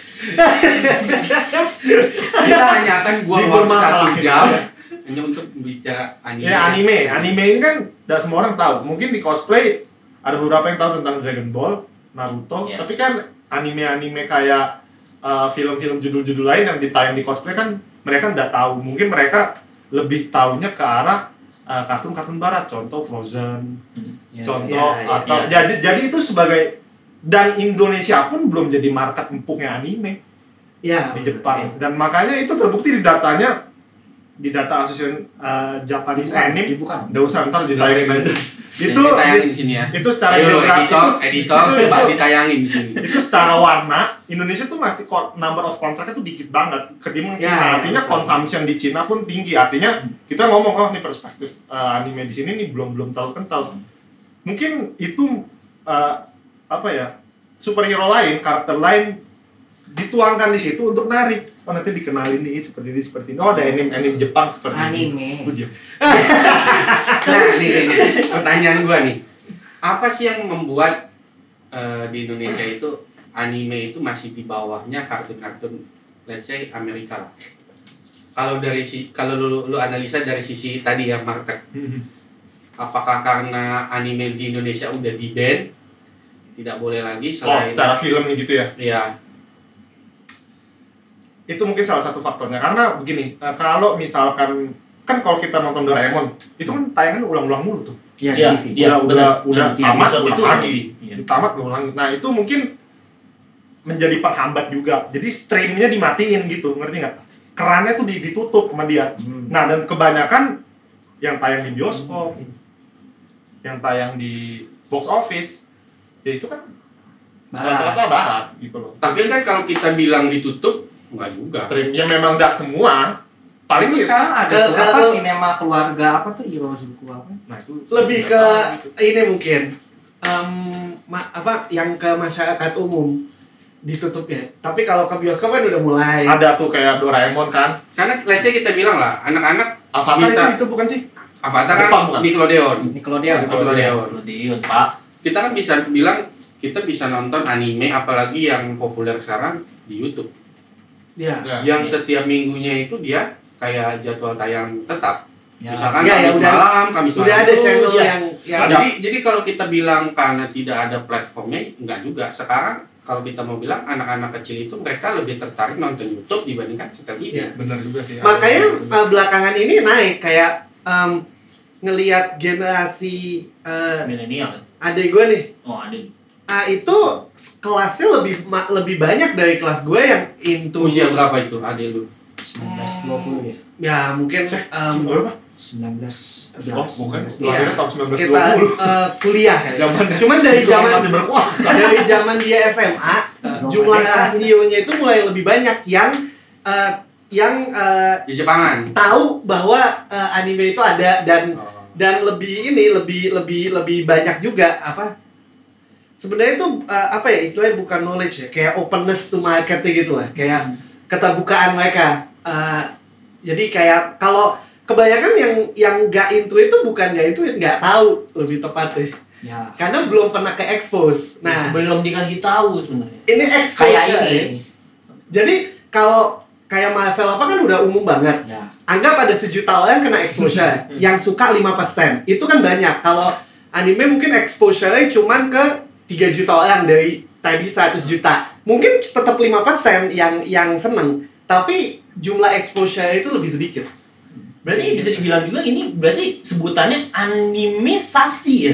Kita hanya akan buang Libur waktu mahal. satu jam hanya untuk bicara anime. ya anime anime ini kan nggak semua orang tahu. Mungkin di cosplay ada beberapa yang tahu tentang Dragon Ball, Naruto, Iya. tapi kan anime-anime kayak uh, film-film judul-judul lain yang ditayang di cosplay kan mereka nggak tahu. Mungkin mereka lebih taunya ke arah uh, kartun-kartun barat, contoh Frozen, Ya, contoh ya, ya, atau ya. jadi jadi itu sebagai dan Indonesia pun belum jadi market empuknya anime Ya. di Jepang dan makanya itu terbukti di datanya di data Association uh, Japanese Dibuka, Anime. dibuka. Nggak usah ntar ditayangin aja. itu Itu ditayangin di- di sini ya. itu secara Ayo, geografi editor, itu, editor, itu, coba itu, ditayangin di sini. itu secara warna Indonesia tuh masih ko- number of contract itu dikit banget ketimbang Ya, Cina. ya, Artinya betul. consumption di Cina pun tinggi. Artinya kita ngomong oh nih perspektif uh, anime di sini nih belum belum tahu kental. Mungkin itu uh, apa ya superhero lain, karakter lain dituangkan di situ untuk narik. Oh nanti dikenalin nih seperti ini seperti ini. Oh ada anime anime Jepang seperti ini. Anime. Oh, dia. Nah, nih, nih, nih, pertanyaan gua nih. Apa sih yang membuat eh, di Indonesia itu anime itu masih di bawahnya kartun-kartun let's say Amerika lah. Kalau dari si kalau lu, lu analisa dari sisi tadi yang market, apakah karena anime di Indonesia udah di ban, tidak boleh lagi Oh selain secara film gitu ya. ya Itu mungkin salah satu faktornya karena begini eh, kalau misalkan kan kalau kita nonton Doraemon itu kan tayangan ulang-ulang mulu tuh Iya, Iya, di T V. iya. udah benar. udah udah Nah, di tamat episode ulang itu lagi iya. tamat ulang nah itu mungkin menjadi penghambat juga jadi streamnya dimatiin gitu ngerti nggak kerannya tuh di- ditutup sama dia Hmm. nah dan kebanyakan yang tayang di bioskop yang tayang di box office ya itu kan Barat. rata-rata barat gitu loh tapi kan kalau kita bilang ditutup enggak juga. streamnya memang nggak semua paling Itu ya- sekarang ada Ke- tuh ke- apa ke- sinema keluarga apa tuh Irozuku apa? nah itu Lebih nggak ke tahu gitu. ini mungkin em, ma- apa yang ke masyarakat umum ditutupnya. Tapi kalau ke bioskop kan udah mulai. ada tuh kayak Doraemon kan Karena let's say kita bilang lah, anak-anak Avatar Bisa. itu, itu bukan sih Avatar Jepang kan bukan? Nickelodeon. Nickelodeon. Nickelodeon. Nickelodeon, Pak. Kita kan bisa bilang kita bisa nonton anime apalagi yang populer sekarang di YouTube. Ya. Ya. Yang setiap minggunya itu dia kayak jadwal tayang tetap. Ya. Misalkan Ya, ya, Kamis udah- malam, Kamis Udah malam ada terus, channel ya. yang yang Jadi jadi kalau kita bilang karena tidak ada platformnya, enggak juga. Sekarang kalau kita mau bilang anak-anak kecil itu mereka lebih tertarik nonton YouTube dibandingkan setel T V. Iya. bener juga sih makanya uh, belakangan ini naik kayak um, ngelihat generasi uh, Milenial. adik gue nih. Oh, ada. Ah itu kelasnya lebih ma- lebih banyak dari kelas gue yang into Usia berapa itu adek lu? sembilan belas dua puluh ya. ya mungkin um, berapa? sembilan belas Oh, bukan. sembilan belas Iya. Lahirnya tahun sembilan belas dua kita puluh. uh, kuliah kan. Zaman Cuman dari itu zaman masih berkuasa. dari zaman dia S M A jumlah rasionya itu mulai lebih banyak yang uh, yang uh, Di Jepangan. tahu bahwa uh, anime itu ada dan Oh. dan lebih ini lebih lebih lebih banyak juga apa sebenarnya itu uh, apa ya istilahnya bukan knowledge ya kayak openness to market gitu lah kayak keterbukaan mereka. Uh, jadi kayak kalau kebanyakan yang yang nggak into itu bukan nggak itu nggak tahu lebih tepatnya Ya. karena belum pernah ke expose. Nah belum dikasih tahu sebenarnya. ini expose Kayak ya. ini. Jadi kalau kayak Marvel apa kan udah umum banget. Ya. Anggap ada sejuta orang kena exposure yang suka lima persen. Itu kan banyak. Kalau anime mungkin exposure-nya cuman ke tiga juta orang dari tadi seratus juta. Mungkin tetap lima persen yang yang seneng, tapi jumlah exposure itu lebih sedikit. Berarti bisa dibilang juga ini berarti sebutannya animisasi ya.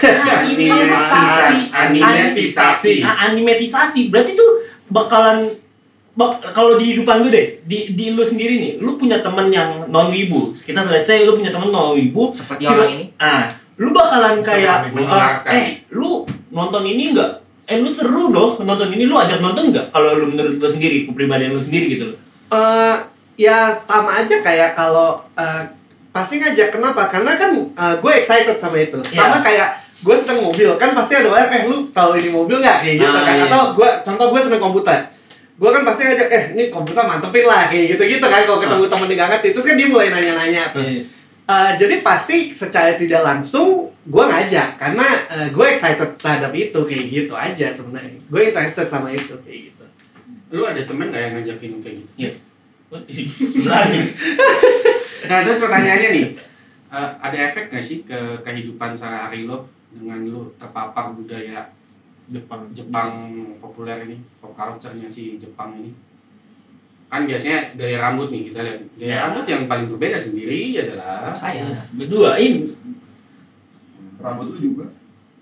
Animetisasi. Animetisasi. Ah, animetisasi. Berarti tuh bakalan bak, kalau di hidupan lu deh, di di lu sendiri nih, lu punya temen yang non wibu. Kita selesai lu punya temen non wibu Seperti orang ini. Ah, lu bakalan kayak Mendengarkan. eh, lu nonton ini enggak? Eh, lu seru loh nonton ini, lu ajak nonton enggak? Kalau lu menurut lu sendiri, kepribadian lu sendiri gitu loh. Eh ya sama aja kayak kalau eh, pasti ngajak kenapa? Karena kan eh, gue excited sama itu. Sama Iya. kayak gue seneng mobil kan pasti ada orang eh lu tahu ini mobil nggak kayak gitu Ah, kan? iya. Atau gue contoh gue seneng komputer. Gue kan pasti ngajak eh ini komputer mantepin lah kayak gitu-gitu kan kalau ketemu temen yang nggak ngerti terus kan dia mulai nanya-nanya tuh. Iya. Uh, jadi pasti secara tidak langsung gue ngajak karena uh, gue excited terhadap itu kayak gitu aja sebenarnya. Gue interested sama itu kayak gitu. Lu ada temen nggak yang ngajakin lu kayak gitu? Iya. Berani. Nah terus pertanyaannya nih, uh, ada efek nggak sih ke kehidupan sehari-hari lo dengan lu terpapar budaya Jepang. Jepang populer ini, pop culture-nya si Jepang ini? Kan biasanya gaya rambut nih, kita lihat gaya Ya. rambut yang paling berbeda sendiri adalah Saya. Berdua ini Rambut lu juga.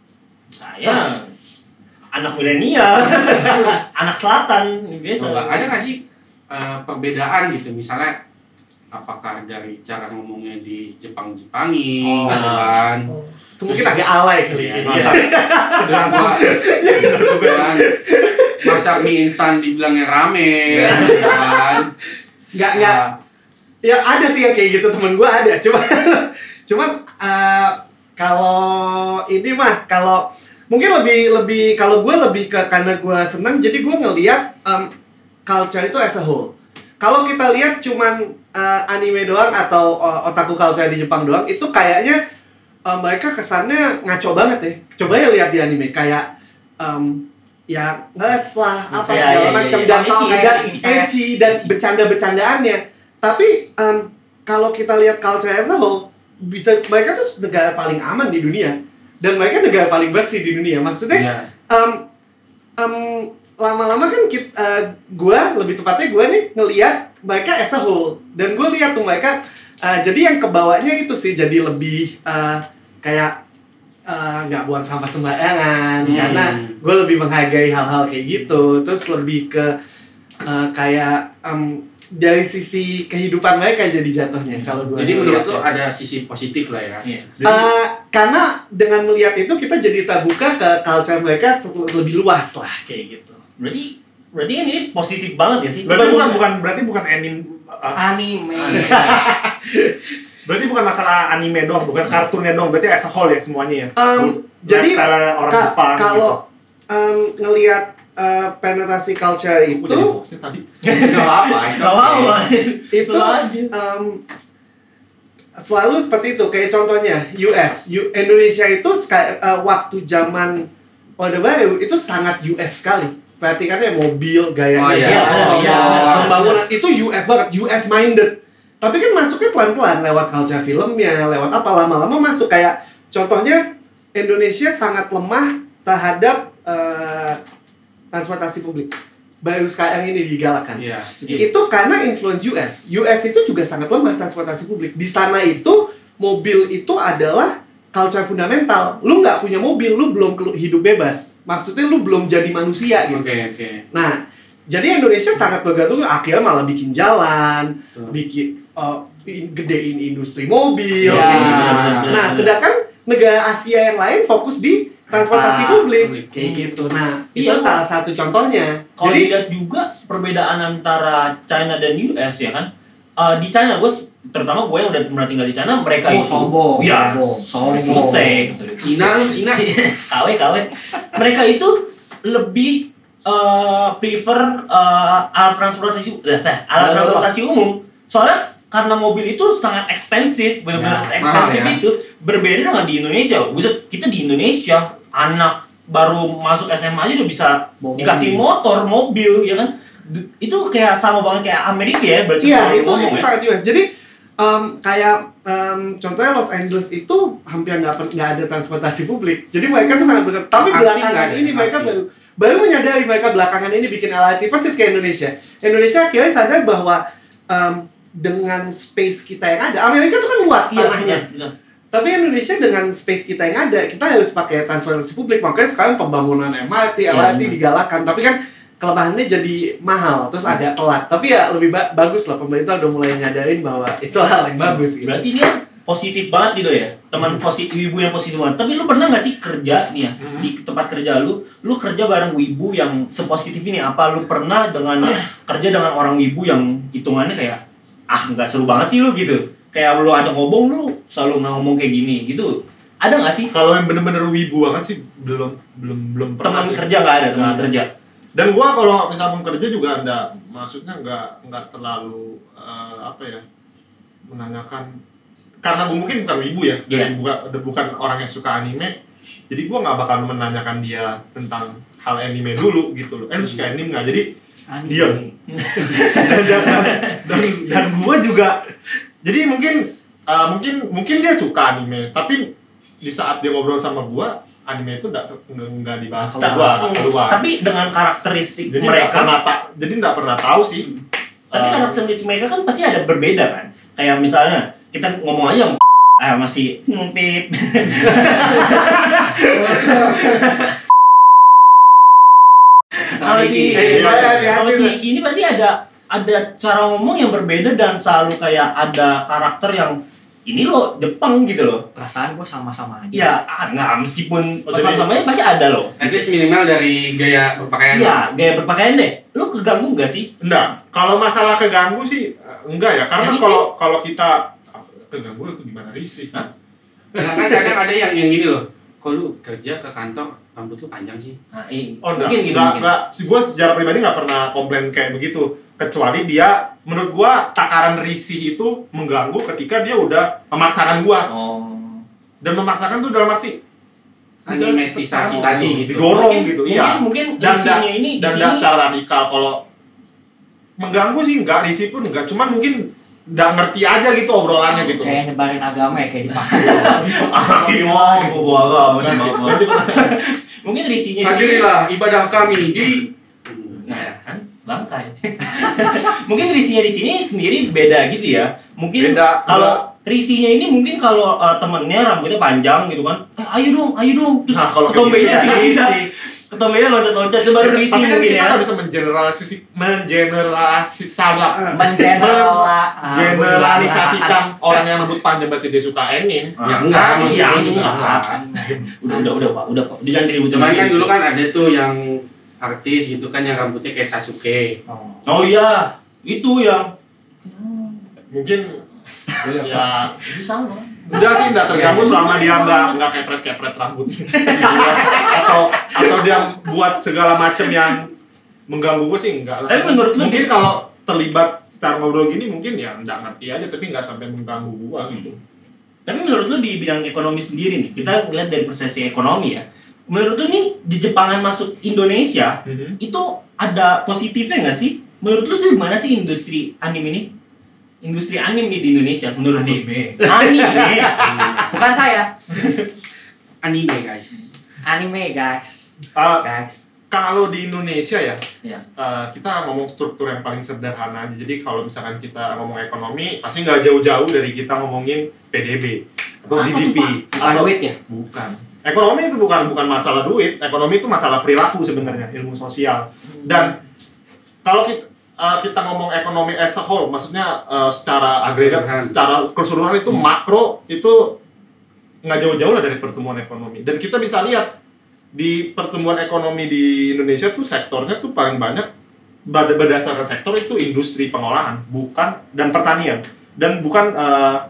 saya anak milenial, anak selatan biasa. Coba, ada nggak sih uh, perbedaan gitu, misalnya apakah dari cara ngomongnya di Jepang-Jepangi, Oh. gitu kan? Itu mungkin agak alay kali ya. Masak, kenapa? Kan? Masak mie instan dibilangnya rame, gitu kan? Nggak nggak. Ya ada sih yang kayak gitu, temen gue ada. Cuma cuman uh, kalau ini mah kalau mungkin lebih lebih kalau gue lebih ke karena gue senang jadi gue ngelihat um, culture itu as a whole. Kalau kita lihat cuman uh, anime doang atau uh, otaku culture di Jepang doang itu kayaknya uh, mereka kesannya ngaco banget ya. Coba ya lihat di anime kayak um, ya nges lah apa Ya, segala ya, ya, macam ya. dan Ecchi, dan Ecchi, ecchi dan bercanda-bercandaannya. Tapi um, kalau kita lihat culture as a whole bisa mereka tuh negara paling aman di dunia dan mereka negara paling bersih di dunia. Maksudnya Iya. um, um, lama-lama kan kita, uh, gue lebih tepatnya gue nih ngelihat mereka as a whole dan gue lihat tuh mereka uh, jadi yang kebawanya itu sih jadi lebih uh, kayak uh, nggak buang sampah sembarangan Hmm. karena gue lebih menghargai hal-hal kayak gitu terus lebih ke uh, kayak um, dari sisi kehidupan mereka jadi jatuhnya kalau gue Jadi menurut lihat lo ya. ada sisi positif lah ya? Iya. Uh, karena dengan melihat itu kita jadi terbuka ke culture mereka se- lebih luas lah kayak gitu. Berarti berarti kan ini positif banget ya sih? Berarti Coba bukan gua- bukan berarti bukan anime uh, Anime. berarti bukan masalah anime doang, bukan kartunnya doang, berarti as a whole ya semuanya ya. Um, jadi Lifestyle orang ka- Jepang kalau gitu. um, ngelihat uh, penetrasi culture Aku jadi itu hostnya tadi. Gak apa-apa, itu Gak apa-apa. itu Selalu aja. um, selalu seperti itu kayak contohnya U S U- Indonesia itu ska- uh, waktu zaman Orde Baru itu sangat U S sekali perhatikannya mobil gayanya Oh, iya. jalan, Oh, iya. pembangunan itu U S banget U S minded tapi kan masuknya pelan-pelan lewat culture filmnya lewat apa lama-lama masuk kayak contohnya Indonesia sangat lemah terhadap uh, transportasi publik baru sekarang ini digalakan. Iya. Itu karena influence U S. U S itu juga sangat lemah transportasi publik. Di sana itu mobil itu adalah culture fundamental. Lu nggak punya mobil, lu belum kelu- hidup bebas. Maksudnya lu belum jadi manusia gitu. Oke, oke. Nah, jadi Indonesia sangat bergantung akhirnya malah bikin jalan, Betul. bikin uh, in- gedein industri mobil. Iya, kayak gitu. benar-benar. Nah, sedangkan negara Asia yang lain fokus di transportasi Ah, publik publik. kayak gitu. Nah, Iya. itu salah satu contohnya. Kalau Jadi dilihat juga perbedaan antara China dan U S ya kan. Eh, di China gue terutama gue yang udah pernah tinggal di China mereka Oh, itu sombong, ya sombong, sombong. Cina lu, Cina. K W K W mereka itu lebih eh, prefer eh, alat transportasi eh, alat transportasi umum soalnya karena mobil itu sangat ekspensif benar-benar Ya, ekspensif mahal ya. itu berbeda dengan di Indonesia. Buset, kita di Indonesia anak baru masuk S M A aja udah bisa Bawa dikasih mobil. motor mobil ya kan. D- itu kayak sama banget kayak Amerika ya berarti iya, kalau itu ngomong itu ya. sangat U S. Jadi um, kayak um, contohnya Los Angeles itu hampir nggak per- nggak ada transportasi publik. Jadi mereka tuh sangat bergantung. Tapi Arti belakangan nggak ada, ini mereka arti. baru baru menyadari mereka belakangan ini bikin L R T persis kayak Indonesia. Indonesia akhirnya sadar bahwa um, dengan space kita yang ada, Amerika tuh kan luas Iya, tanahnya. benar, benar. Tapi Indonesia dengan space kita yang ada, kita harus pakai transportasi publik. Makanya sekarang pembangunan M R T, L R T benar. digalakan. Tapi kan kelebihannya jadi mahal, terus ada telat. Tapi ya lebih ba- bagus lah pemerintah udah mulai nyadarin bahwa itu hal yang bagus gitu. Berarti dia positif banget gitu ya, teman positif ibu yang positif banget. Tapi lu pernah nggak sih kerja nih ya di tempat kerja lu, lu kerja bareng wibu yang sepositif ini? Apa lu pernah dengan kerja dengan orang wibu yang hitungannya kayak ah nggak seru banget sih lu gitu? Kayak lu ada ngomong lu selalu nggak ngomong kayak gini gitu. Ada nggak sih Kalau yang bener-bener wibu banget sih belum belum belum pernah teman sih. kerja nggak ada teman Nggak. kerja? Dan gua kalau misalnya kerja juga anda, maksudnya nggak nggak terlalu eh, apa ya menanyakan karena gue mungkin bukan wibu ya, Iya. dari bukan bukan orang yang suka anime, jadi gue nggak bakal menanyakan dia tentang hal anime dulu gitu loh. Eh lu suka anime nggak? Jadi Anime. diam. dan dan dan, dan, dan gue juga, jadi mungkin uh, mungkin mungkin dia suka anime, tapi di saat dia ngobrol sama gue, anime itu nggak nggak dibahas Nah, keluar, keluar. Tapi dengan karakteristik Jadi nggak mereka, pernah ta- jadi nggak pernah tahu sih. tapi Uh, karakteristik mereka kan pasti ada berbeda kan. Kayak misalnya kita ngomong aja ah masih hmm, pip. Kalau si Iki. kalau si Iki ini pasti ada ada cara ngomong yang berbeda dan selalu kayak ada karakter yang ini loh Jepang gitu loh. Perasaan gue sama-sama aja. Ya, ah, nggak meskipun Oh, jadi- sama-samanya pasti ada loh. At least minimal dari gaya berpakaian. Iya, gaya berpakaian deh. Lu keganggu nggak sih? Enggak, kalau masalah keganggu sih eh, enggak ya, karena Risih? kalau kalau kita keganggu itu gimana risih? Hah? Nah, kan kadang ada yang yang gini loh. Kok lu kerja ke kantor rambut lu panjang sih? Nah, iya. Oh enggak, Mungkin gitu, enggak, mungkin. enggak. Si gue secara pribadi nggak pernah komplain kayak begitu. Kecuali dia, menurut gue takaran risih itu mengganggu ketika dia udah memaksakan gue. Oh. Dan memaksakan tuh dalam arti Animetisasi Oh, tadi gitu. didorong Mungkin- gitu, mungkin- iya. mungkin Dan risihnya da- ini di dan sini- nggak secara radikal. Kalau mengganggu sih enggak, risih pun enggak. Cuman mungkin nggak ngerti aja gitu obrolannya gitu. Kayak nyebarin agama ya, kayak dipakai. Mungkin risinya di sini- Hadirilah ibadah kami di Nah, kan bangkai. Mungkin risinya di sini sendiri beda gitu ya. Mungkin Beda, kalau risinya ini mungkin kalau uh, temennya rambutnya panjang gitu kan. Eh, ayo dong, ayo dong. Terus Nah, kalau kayak ketombenya gitu. risih. Ketombenya loncat-loncat itu baru risih Tapi kan mungkin kita ya. nggak bisa mengeneralisasi mengeneralisasikan Mengeneral. generalisasikan orang yang rambut panjang berarti dia suka anime. Ya enggak, Ah, maksudnya iya, gitu. enggak. Udah, udah, udah, Pak. Udah, Pak. Jangan diributin Cuman lagi. kan dulu kan ada tuh yang artis gitu kan yang rambutnya kayak Sasuke. Oh iya, itu yang Mungkin ya itu sama. udah sih nggak terganggu selama dia nggak nggak kepret-kepret rambut atau atau dia buat segala macam yang mengganggu gue sih enggak lah. Tapi menurut lu mungkin gitu? kalau terlibat secara ngobrol gini mungkin ya nggak ngerti aja tapi nggak sampai mengganggu gue gitu. Tapi menurut lu di bidang ekonomi sendiri nih, kita ngeliat dari persepsi ekonomi ya. Menurut lu nih di Jepangan masuk Indonesia Mhm. itu ada positifnya nggak sih? Menurut lu tuh gimana sih industri anime ini? Industri anime nih di Indonesia menurut lu? Anime. Anime. Bukan saya. Anime guys. Anime, guys. Uh, Guys. kalau di Indonesia ya, Ya. uh, kita ngomong struktur yang paling sederhana aja. Jadi kalau misalkan kita ngomong ekonomi, pasti nggak jauh-jauh dari kita ngomongin P D B atau G D P. Bukan atau duit ya? Bukan. Ekonomi itu bukan bukan masalah duit. Ekonomi itu masalah perilaku sebenarnya, ilmu sosial. Dan kalau kita uh, kita ngomong ekonomi as a whole, maksudnya uh, secara agregat, Keseluruhan. secara keseluruhan itu makro itu nggak jauh-jauh lah dari pertumbuhan ekonomi. Dan kita bisa lihat di pertumbuhan ekonomi di Indonesia tuh sektornya tuh paling banyak berd- berdasarkan sektor itu industri pengolahan, bukan dan pertanian dan bukan uh,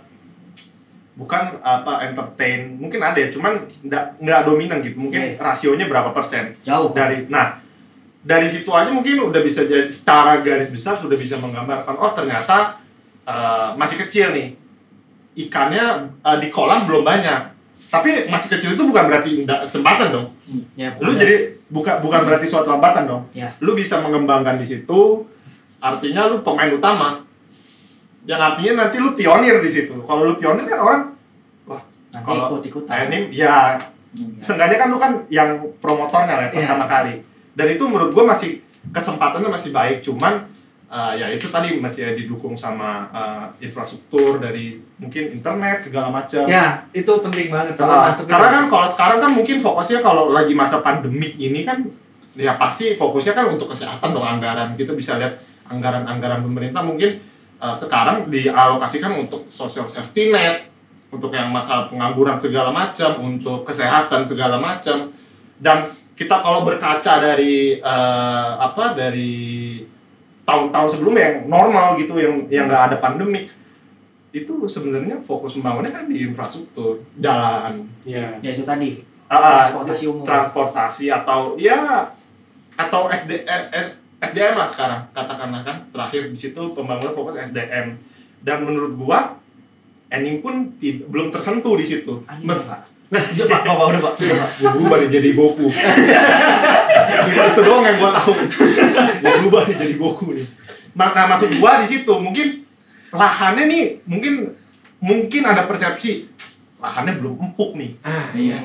bukan apa entertain. Mungkin ada ya, cuman nggak nggak dominan gitu. Mungkin Oke. rasionya berapa persen Jauh. dari nah dari situ aja mungkin udah bisa jadi secara garis besar sudah bisa menggambarkan oh ternyata uh, masih kecil nih ikannya uh, di kolam belum banyak tapi masih kecil itu bukan berarti nggak kesempatan dong Ya, lu udah. jadi bukan bukan berarti suatu hambatan dong Ya. lu bisa mengembangkan di situ artinya lu pemain utama yang artinya nanti lu pionir di situ kalau lu pionir kan orang wah Nanti kalau ikut-ikutan. anime ya Hmm, ya. seenggaknya kan lu kan yang promotornya lah ya, pertama kali dan itu menurut gue masih kesempatannya masih baik cuman uh, ya itu tadi masih didukung sama uh, infrastruktur dari mungkin internet segala macam Ya, itu penting banget. Nah, Sama masuk karena kan kalau sekarang kan mungkin fokusnya kalau lagi masa pandemik ini kan ya pasti fokusnya kan untuk kesehatan dong anggaran kita bisa lihat anggaran-anggaran pemerintah mungkin uh, sekarang dialokasikan untuk social safety net untuk yang masalah pengangguran segala macam untuk kesehatan segala macam dan kita kalau berkaca dari uh, apa dari tahun-tahun sebelumnya yang normal gitu yang yang nggak ada pandemik itu sebenarnya fokus pembangunannya kan di infrastruktur jalan Ya. Ya itu tadi. uh, Transportasi umum. transportasi atau ya atau S D eh, S D M lah sekarang katakanlah kan terakhir di situ pembangunan fokus S D M dan menurut gua anime pun tid- belum tersentuh di situ. Anime, Mes- Pak. Udah Pak, Pak, udah Pak. Udah, Pak. Gue berubah nih jadi Goku. Cuma itu doang yang gue tahu. Gue berubah nih jadi Goku nih. Nah, nah maksud gue di situ mungkin lahannya nih mungkin mungkin ada persepsi lahannya belum empuk nih. Ah, iya.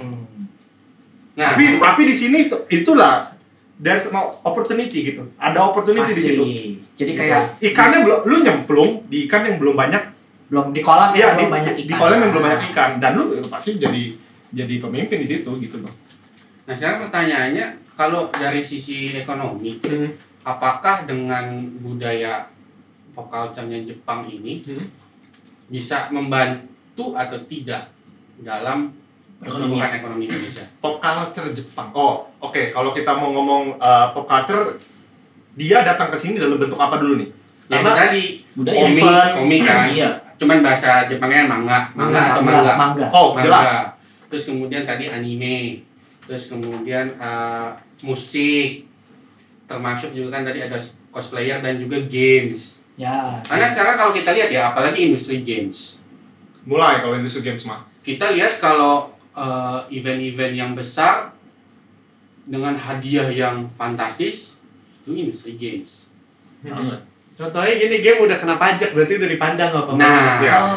Nah, Tapi tapi di sini itu- itulah there's no opportunity gitu. Ada opportunity di Pasti. situ. Jadi kayak Ikannya belum lu nyemplung di ikan yang belum banyak. belum di kolam Iya, yang di, belum banyak ikan. di kolam yang belum banyak ikan dan lu pasti jadi jadi pemimpin di situ gitu loh. nah sekarang pertanyaannya kalau dari sisi ekonomi, Hmm. apakah dengan budaya pop culture-nya Jepang ini Hmm. bisa membantu atau tidak dalam pertumbuhan ekonomi Indonesia? Pop culture Jepang. Oh, oke. Kalau kita mau ngomong uh, pop culture, dia datang ke sini dalam bentuk apa dulu nih? Yang Karena tadi budaya. komik, Event. komik kan. Iya. Cuman bahasa Jepangnya manga, manga atau manga. mangga. oh Manga. jelas. Terus kemudian tadi anime. Terus kemudian uh, musik. Termasuk juga kan tadi ada cosplayer dan juga games. Ya. Karena sekarang kalau kita lihat ya, apalagi industri games. Mulai kalau industri games mah. Kita lihat kalau uh, event-event yang besar dengan hadiah yang fantastis itu industri games. Banget. Contohnya gini, game udah kena pajak, berarti udah dipandang apa? Nah, Ya. Oh,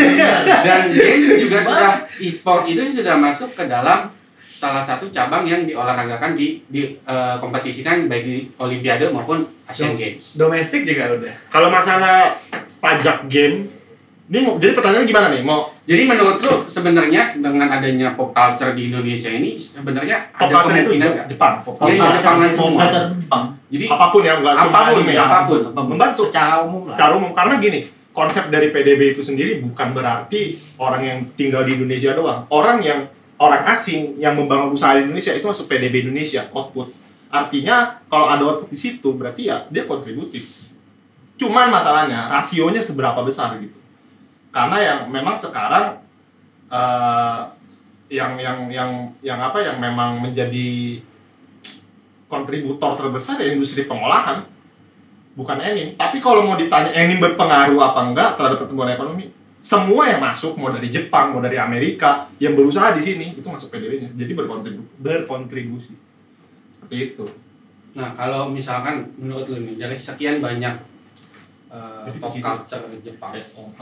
dan games juga sudah e-sport itu sudah masuk ke dalam salah satu cabang yang diolahragakan di di uh, kompetisikan baik di Olimpiade maupun Asian Games. Domestik juga udah. Kalau masalah pajak game, ini mau jadi pertanyaannya gimana nih? Mau Jadi menurut lu sebenarnya dengan adanya pop culture di Indonesia ini sebenarnya pop ada culture itu kemungkinan Je- nggak? Jepang, pop Iya, iya, culture. Jepang Mau semua. belajar Jepang. Jadi Apapun ya, nggak cuma apapun, anime ya. apapun. Membantu Secara umum lah. secara umum karena gini, konsep dari P D B itu sendiri bukan berarti orang yang tinggal di Indonesia doang. Orang yang orang asing yang membangun usaha di Indonesia itu masuk P D B Indonesia output. Artinya kalau ada output di situ berarti ya dia kontributif. Cuman masalahnya rasionya seberapa besar gitu. Karena yang memang sekarang eh, yang yang yang yang apa yang memang menjadi kontributor terbesar ya industri pengolahan. Bukan anime. Tapi kalau mau ditanya anime berpengaruh apa enggak terhadap pertumbuhan ekonomi, semua yang masuk mau dari Jepang, mau dari Amerika yang berusaha di sini itu masuk P D B-nya. Jadi berkontribusi, berkontribusi. Seperti itu. Nah, kalau misalkan menurut lu nih dari sekian banyak uh, Jadi pop begitu. culture Jepang,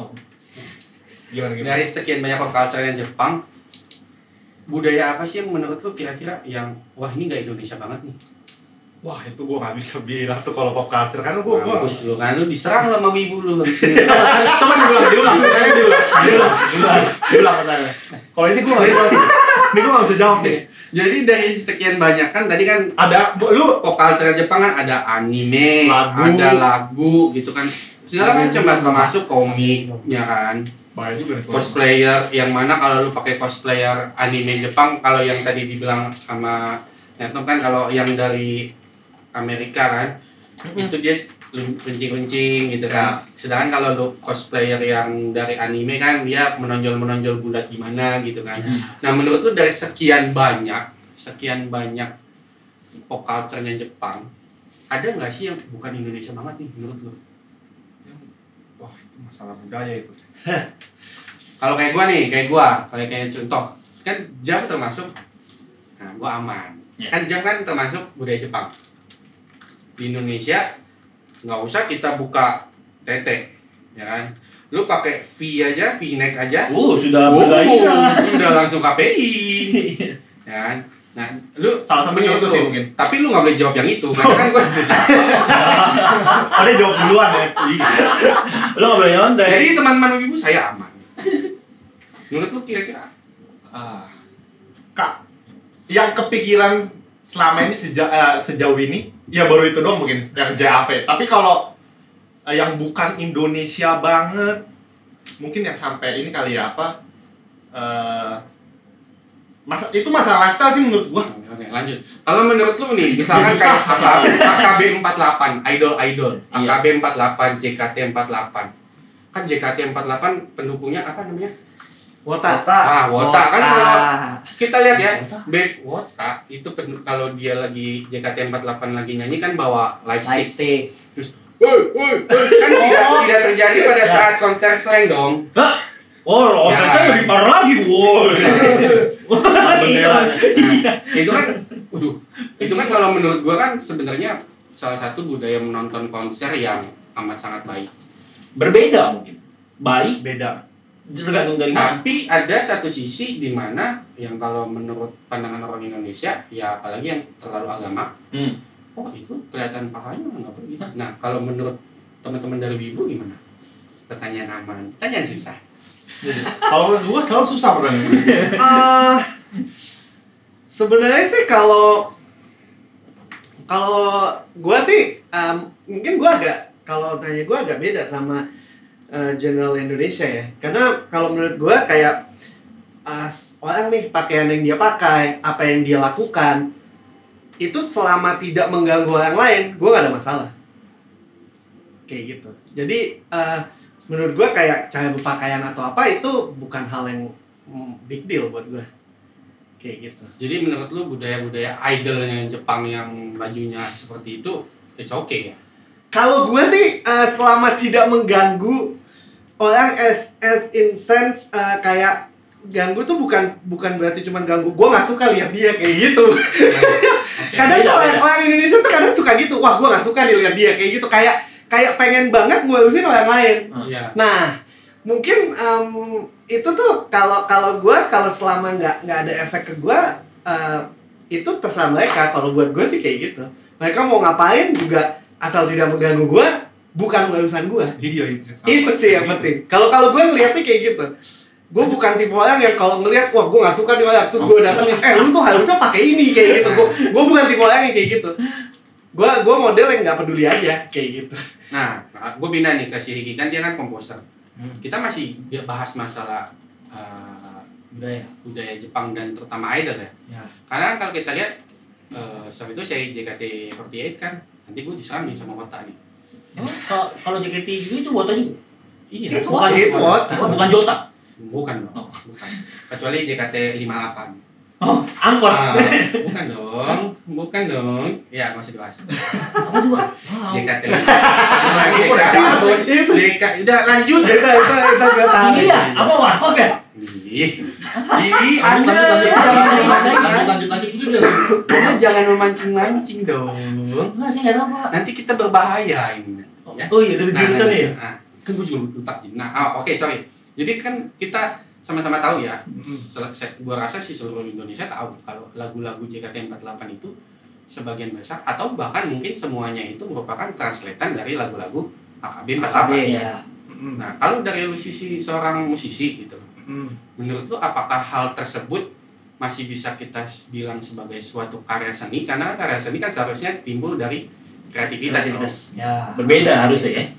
Gimana gitu? dari sekian banyak pop culture Jepang, budaya apa sih yang menurut lu kira-kira yang wah ini nggak Indonesia banget nih? Wah, itu gua nggak bisa bilang tuh kalau pop culture karena gua gua Mampus lu kan lu diserang lu sama ibu lu. Coba diulang, diulang, pertanyaan diulang, diulang, diulang, diulang pertanyaan. Kalau ini gua nggak bisa jawab. Ini gua nggak bisa jawab nih. Jadi dari sekian banyak kan tadi kan Ada, bu- lu pop culture Jepang kan ada anime, Lagu. ada lagu gitu kan. Segala macam lah termasuk komik ya kan. banyak juga nih. Cosplayer yang mana kalau lu pakai cosplayer anime Jepang, kalau yang tadi dibilang sama Netom kan kalau yang dari Amerika kan itu dia runcing-runcing gitu kan. Sedangkan kalau lu cosplayer yang dari anime kan dia menonjol-menonjol bulat gimana gitu kan. Nah, menurut lu dari sekian banyak sekian banyak pop culture-nya Jepang, ada nggak sih yang bukan Indonesia banget nih menurut lu? Wah, itu masalah budaya itu. Kalau kayak gua nih, kayak gua, kayak kayak contoh, kan Jav termasuk, nah gua aman. Ya. Kan Jav kan termasuk budaya Jepang. Di Indonesia nggak usah kita buka tete, ya kan? Lu pakai V aja, V-neck aja, Uh, sudah oh, bergairah. sudah langsung K P I, ya kan? Nah, lu Salah satunya itu sih mungkin. Tapi lu nggak boleh jawab yang itu, karena kan gua. Oh, dia jawab duluan ya. Lo nggak boleh nyontek. Jadi teman-teman ibu saya aman. Menurut lu kira-kira? Ah. Kak, yang kepikiran selama ini seja, eh, sejauh ini, ya baru itu doang mungkin yang J A V. Tapi kalau eh, yang bukan Indonesia banget, mungkin yang sampai ini kali ya apa? Eh, masa itu masalah lifestyle sih menurut gua. Oke, lanjut. Kalau menurut lu nih, misalkan kayak apa? A K B empat delapan, idol-idol. A K B empat delapan, J K T empat delapan. Kan J K T empat delapan pendukungnya apa namanya? Wota. Ah, Wota. Kan kalau Ah, kita lihat ya, back Wota itu pen- kalau dia lagi J K T empat delapan lagi nyanyi kan bawa light light stick. stick. Terus, woi, woi, woi. Kan tidak tidak terjadi pada saat konser slang dong. Hah? Oh, Ya. Osaka lebih parah lagi, woi. Bendera. Nah, itu kan, waduh, itu kan kalau menurut gua kan sebenarnya salah satu budaya menonton konser yang amat sangat baik. Berbeda mungkin. Baik, Beda. tergantung dari mana. Tapi ada satu sisi di mana yang kalau menurut pandangan orang Indonesia, ya apalagi yang terlalu agama, Hmm. oh itu kelihatan pahanya nggak begitu. Nah kalau menurut teman-teman dari Wibu gimana? Pertanyaan aman, pertanyaan susah. Kalau menurut gua selalu susah pertanyaan. Ah, sebenarnya sih kalau kalau gua sih um, mungkin gua agak kalau tanya gua agak beda sama uh, general Indonesia ya. Karena kalau menurut gua kayak uh, orang nih pakaian yang dia pakai, apa yang dia lakukan itu selama tidak mengganggu orang lain, gua gak ada masalah. Kayak gitu. Jadi uh, menurut gua kayak cara berpakaian atau apa itu bukan hal yang mm, big deal buat gua. Kayak gitu. Jadi menurut lu budaya-budaya idolnya Jepang yang bajunya seperti itu, it's okay ya? Kalau gue sih uh, selama tidak mengganggu orang as as in sense uh, kayak ganggu tuh bukan bukan berarti cuma ganggu. Gue nggak suka lihat dia kayak gitu. Kadang tuh orang, orang Indonesia tuh kadang suka gitu. Wah, gue nggak suka nih lihat dia kayak gitu. Kayak kayak pengen banget ngurusin orang lain. Iya. Nah, mungkin um, itu tuh kalau kalau gue kalau selama nggak nggak ada efek ke gue, uh, itu terserah mereka. Kalau buat gue sih kayak gitu. Mereka mau ngapain juga asal tidak mengganggu gue, bukan urusan gue. Iya, itu Itu sih yang penting. Kalau kalau gue ngeliatnya kayak gitu. Gue bukan tipe orang yang kalau ngeliat, wah gue nggak suka nih orang, terus gue datengin, eh lu tuh harusnya pakai ini kayak gitu. Gue gue bukan tipe orang yang kayak gitu. Gue gue model yang nggak peduli aja kayak gitu. Nah, gue pindah nih ke si Riki, kan dia kan komposer. Kita masih bahas masalah uh, Budaya. budaya Jepang dan terutama idol ya. Ya. Karena kalau kita lihat, uh, saat itu saya J K T empat delapan kan, nanti gue diserang nih sama Wota nih. Emang kalau kalau J K T juga itu Wota juga? Iya. Itu Bukan itu Wota. Oh, bukan Jota. Bukan dong, bukan. Kecuali J K T lima puluh delapan. Oh, angkot. Ah, bukan dong, bukan dong. Ya, masih dibahas. Apa tuh, Bang? J K T lima puluh delapan. J K udah lanjut. Itu itu itu gue tahu. Ini ya, apa warkop ya? Ih, Ih, ada. lanjut lanjut lanjut itu deh. Kamu jangan memancing-mancing dong. Enggak sih enggak tahu, Pak. Nanti kita berbahaya ini. Ya. Oh iya, dari jurusan nah, ya. nah, kan gue juga lupa. Nah, oh, oke, sorry. Jadi kan kita sama-sama tahu ya. Gue rasa sih seluruh Indonesia tahu kalau lagu-lagu J K T empat delapan itu sebagian besar atau bahkan mungkin semuanya itu merupakan translatean dari lagu-lagu A K B empat delapan. Ya. Nah, kalau dari sisi seorang musisi gitu, menurut lu apakah hal tersebut masih bisa kita bilang sebagai suatu karya seni? Karena karya seni kan seharusnya timbul dari kreativitas. Kreativitas. Ya. Berbeda harusnya ya.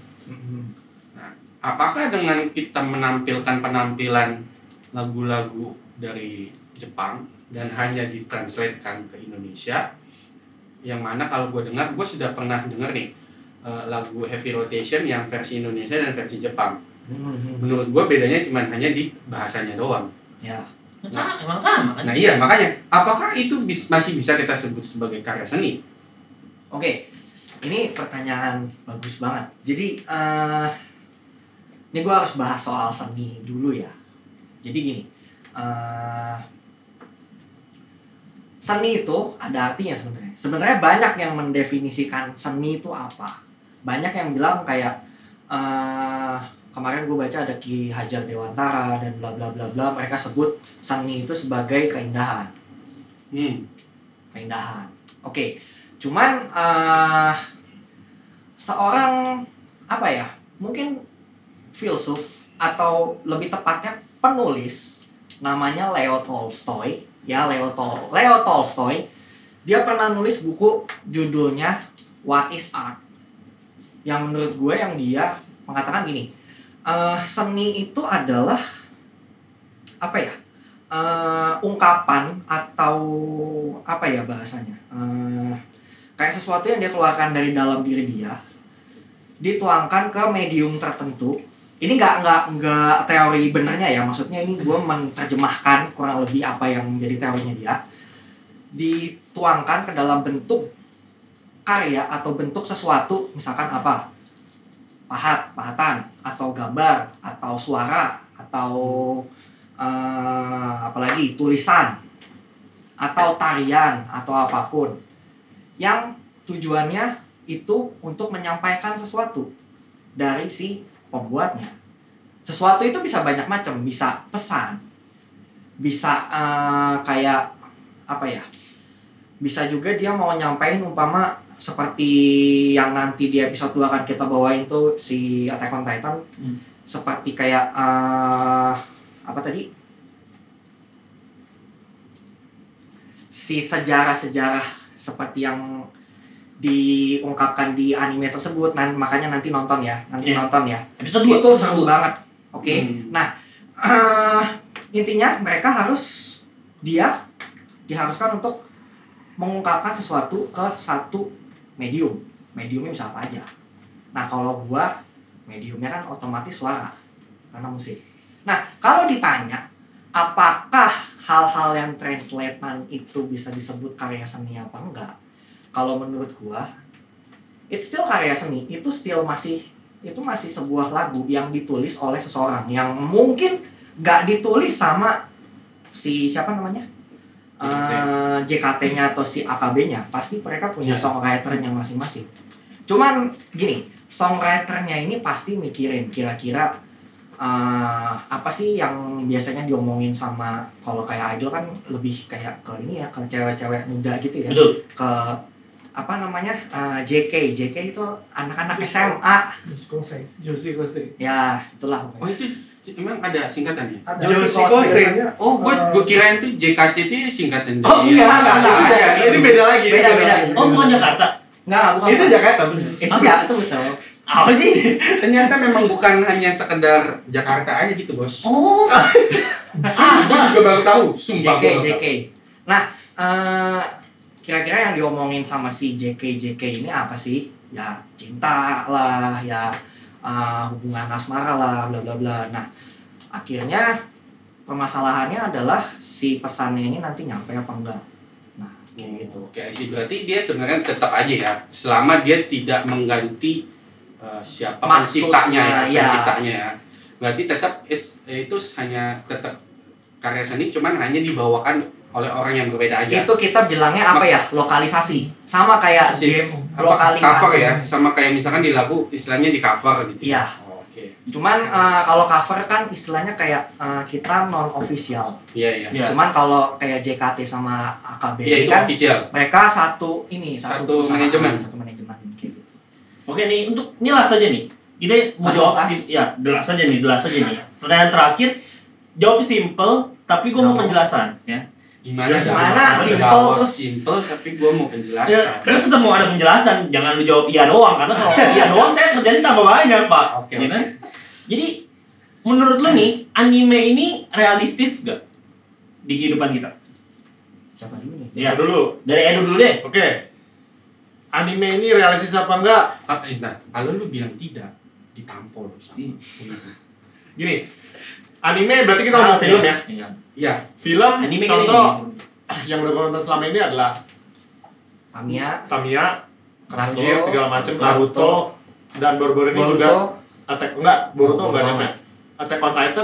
Nah, apakah dengan kita menampilkan penampilan lagu-lagu dari Jepang dan hanya ditranslatekan ke Indonesia, yang mana kalau gue dengar, gue sudah pernah dengar nih uh, lagu Heavy Rotation yang versi Indonesia dan versi Jepang. Menurut gue bedanya cuma hanya di bahasanya doang. Ya. Sama, emang sama kan? Nah iya, makanya apakah itu bis, masih bisa kita sebut sebagai karya seni? Oke, ini pertanyaan bagus banget. Jadi, eh ini gue harus bahas soal seni dulu ya. Jadi gini, eh seni itu ada artinya sebenarnya. Sebenarnya banyak yang mendefinisikan seni itu apa. Banyak yang bilang kayak eh kemarin gue baca ada Ki Hajar Dewantara dan bla bla bla bla, mereka sebut seni itu sebagai keindahan. Hmm. Keindahan. Oke. Cuman uh, seorang apa ya? Mungkin filsuf atau lebih tepatnya penulis namanya Leo Tolstoy. Ya, Leo Tol Leo Tolstoy. Dia pernah nulis buku judulnya What is Art? Yang menurut gue yang dia mengatakan gini, Uh, seni itu adalah apa ya, uh, ungkapan atau apa ya bahasanya, uh, kayak sesuatu yang dia keluarkan dari dalam diri dia, dituangkan ke medium tertentu. Ini nggak nggak nggak teori benernya ya, maksudnya ini gue menerjemahkan kurang lebih apa yang menjadi teorinya dia, dituangkan ke dalam bentuk karya atau bentuk sesuatu, misalkan apa, pahat, pahatan, atau gambar, atau suara, atau uh, apalagi tulisan atau tarian atau apapun yang tujuannya itu untuk menyampaikan sesuatu dari si pembuatnya. Sesuatu itu bisa banyak macam, bisa pesan, bisa uh, kayak apa ya? Bisa juga dia mau nyampein umpama seperti yang nanti di episode dua akan kita bawain tuh si Attack on Titan. Hmm. Seperti kayak uh, apa tadi? Si sejarah-sejarah seperti yang diungkapkan di anime tersebut. Nah, makanya nanti nonton ya, nanti yeah. nonton ya. Episode dua itu seru banget. Oke. Okay? Hmm. Nah, uh, intinya mereka harus dia diharuskan untuk mengungkapkan sesuatu ke satu medium. Mediumnya bisa apa aja. Nah, kalau gua mediumnya kan otomatis suara karena musik. Nah, kalau ditanya apakah hal-hal yang translatean itu bisa disebut karya seni apa enggak? Kalau menurut gua, it's still karya seni. Itu still masih itu masih sebuah lagu yang ditulis oleh seseorang yang mungkin nggak ditulis sama si siapa namanya? Uh, J K T-nya atau si A K B-nya. Pasti mereka punya yeah. songwriter-nya masing-masing. Cuman gini, songwriter-nya ini pasti mikirin kira-kira uh, apa sih yang biasanya diomongin sama, kalau kayak idol kan lebih kayak ke ini ya, ke cewek-cewek muda gitu ya. Betul. Ke apa namanya uh, J K J K itu anak-anak S M A. Josie Kosei. Ya itulah. Oh itu emang ada singkatannya? Josie Kosei. Oh gue gue kirain tuh J K T itu singkatan dari. Oh enggak enggak enggak. Ini beda lagi. Beda beda. Oh bukan Jakarta. Enggak bukan. Itu Jakarta bener. Itu enggak itu betul. Apa sih? Ternyata memang bukan hanya sekedar Jakarta aja gitu bos. Oh. Ah gue juga baru tahu. Sumpah. J K J K. Nah. Uh, kira-kira yang diomongin sama si J K J K ini apa sih? Ya cinta lah, ya uh, hubungan asmara lah, bla bla bla. Nah, akhirnya permasalahannya adalah si pesannya ini nanti nyampe apa enggak. Nah, kayak gitu. Oke, sih berarti dia sebenarnya tetap aja ya, selama dia tidak mengganti uh, siapa penciptanya ya, penciptanya ya. Berarti tetap it's, itu hanya tetap karya seni, cuman hanya dibawakan oleh orang yang berbeda aja. Itu kita bilangnya apa ya? Lokalisasi. Sama kayak Sis, game apa, lokalisasi. Cover ya, sama kayak misalkan di lagu istilahnya di cover gitu. Iya. Oh, Oke. Okay. Cuman uh, kalau cover kan istilahnya kayak uh, kita non official. Iya iya. Cuman kalau kayak J K T sama A K B ya, itu kan official. Mereka satu ini satu, satu manajemen. Satu manajemen gitu. Oke nih, untuk ini last aja nih. Kita mau jawab sih, ya, jelas aja nih, jelas aja nih. Pertanyaan terakhir, jawab simple, tapi gue mau penjelasan, ya. Gimana? Gimana? Simple terus simple, tapi gue mau penjelasan. Ya, lu tetap mau ada penjelasan, jangan lu jawab iya doang, karena kalau iya doang saya kerjanya tambah banyak pak. Oke. Ya kan? Jadi menurut lu nih, anime ini realistis gak di kehidupan kita? Siapa dulu nih? Ya dulu, dari Edo dulu deh. Oke. Anime ini realistis apa enggak? Ah, nah, kalau lu bilang tidak, ditampol sama. Gini, anime berarti kita ngomong film ya? Iya. Iya. Film, Anime contoh yang udah gue nonton selama ini adalah Tamiya, Tamiya, Crash Naruto, Gear segala macam, Naruto, Naruto, dan baru-baru ini Boruto. juga Attack enggak, Boruto Oh, enggak Boruto. nyampe. Attack on Titan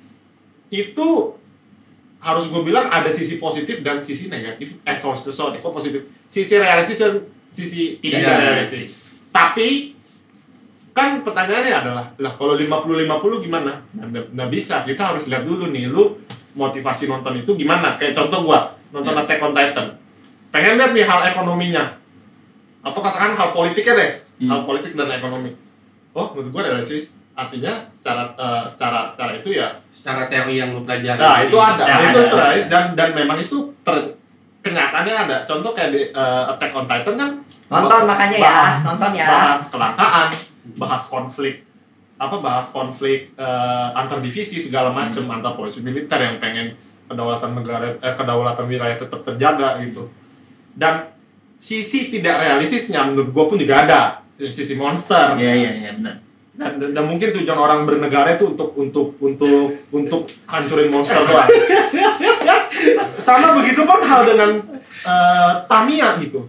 itu harus gue bilang ada sisi positif dan sisi negatif. Eh sorry, sorry, kok positif? Sisi realistis dan sisi Tidak tidak realistis. realistis. Tapi kan pertanyaannya adalah, lah kalau lima puluh lima puluh gimana? Nah, nggak bisa, kita harus lihat dulu nih, lu motivasi nonton itu gimana? Kayak contoh gua, nonton Ya. Attack on Titan. Pengen lihat nih hal ekonominya. Atau katakan hal politiknya deh, Hmm. hal politik dan ekonomi. Oh, menurut gua realistis. Artinya secara uh, secara secara itu ya. Secara teori yang lu pelajari. Nah, itu ada. Ya, itu ada. ter- dan dan memang itu ter, kenyataannya ada. Contoh kayak di uh, Attack on Titan kan nonton makanya ya, bahas- nonton ya. Bahas kelangkaan, bahas konflik apa bahas konflik uh, antar divisi segala macam, hmm. antar polisi militer yang pengen kedaulatan negara eh, kedaulatan wilayah tetap terjaga gitu. Dan sisi tidak realistisnya menurut gue pun juga ada, sisi monster. Iya iya iya benar. Dan, dan, dan mungkin tujuan orang bernegara itu untuk untuk untuk untuk hancurin monster doang. Sama begitu pun hal dengan uh, Tamiya gitu.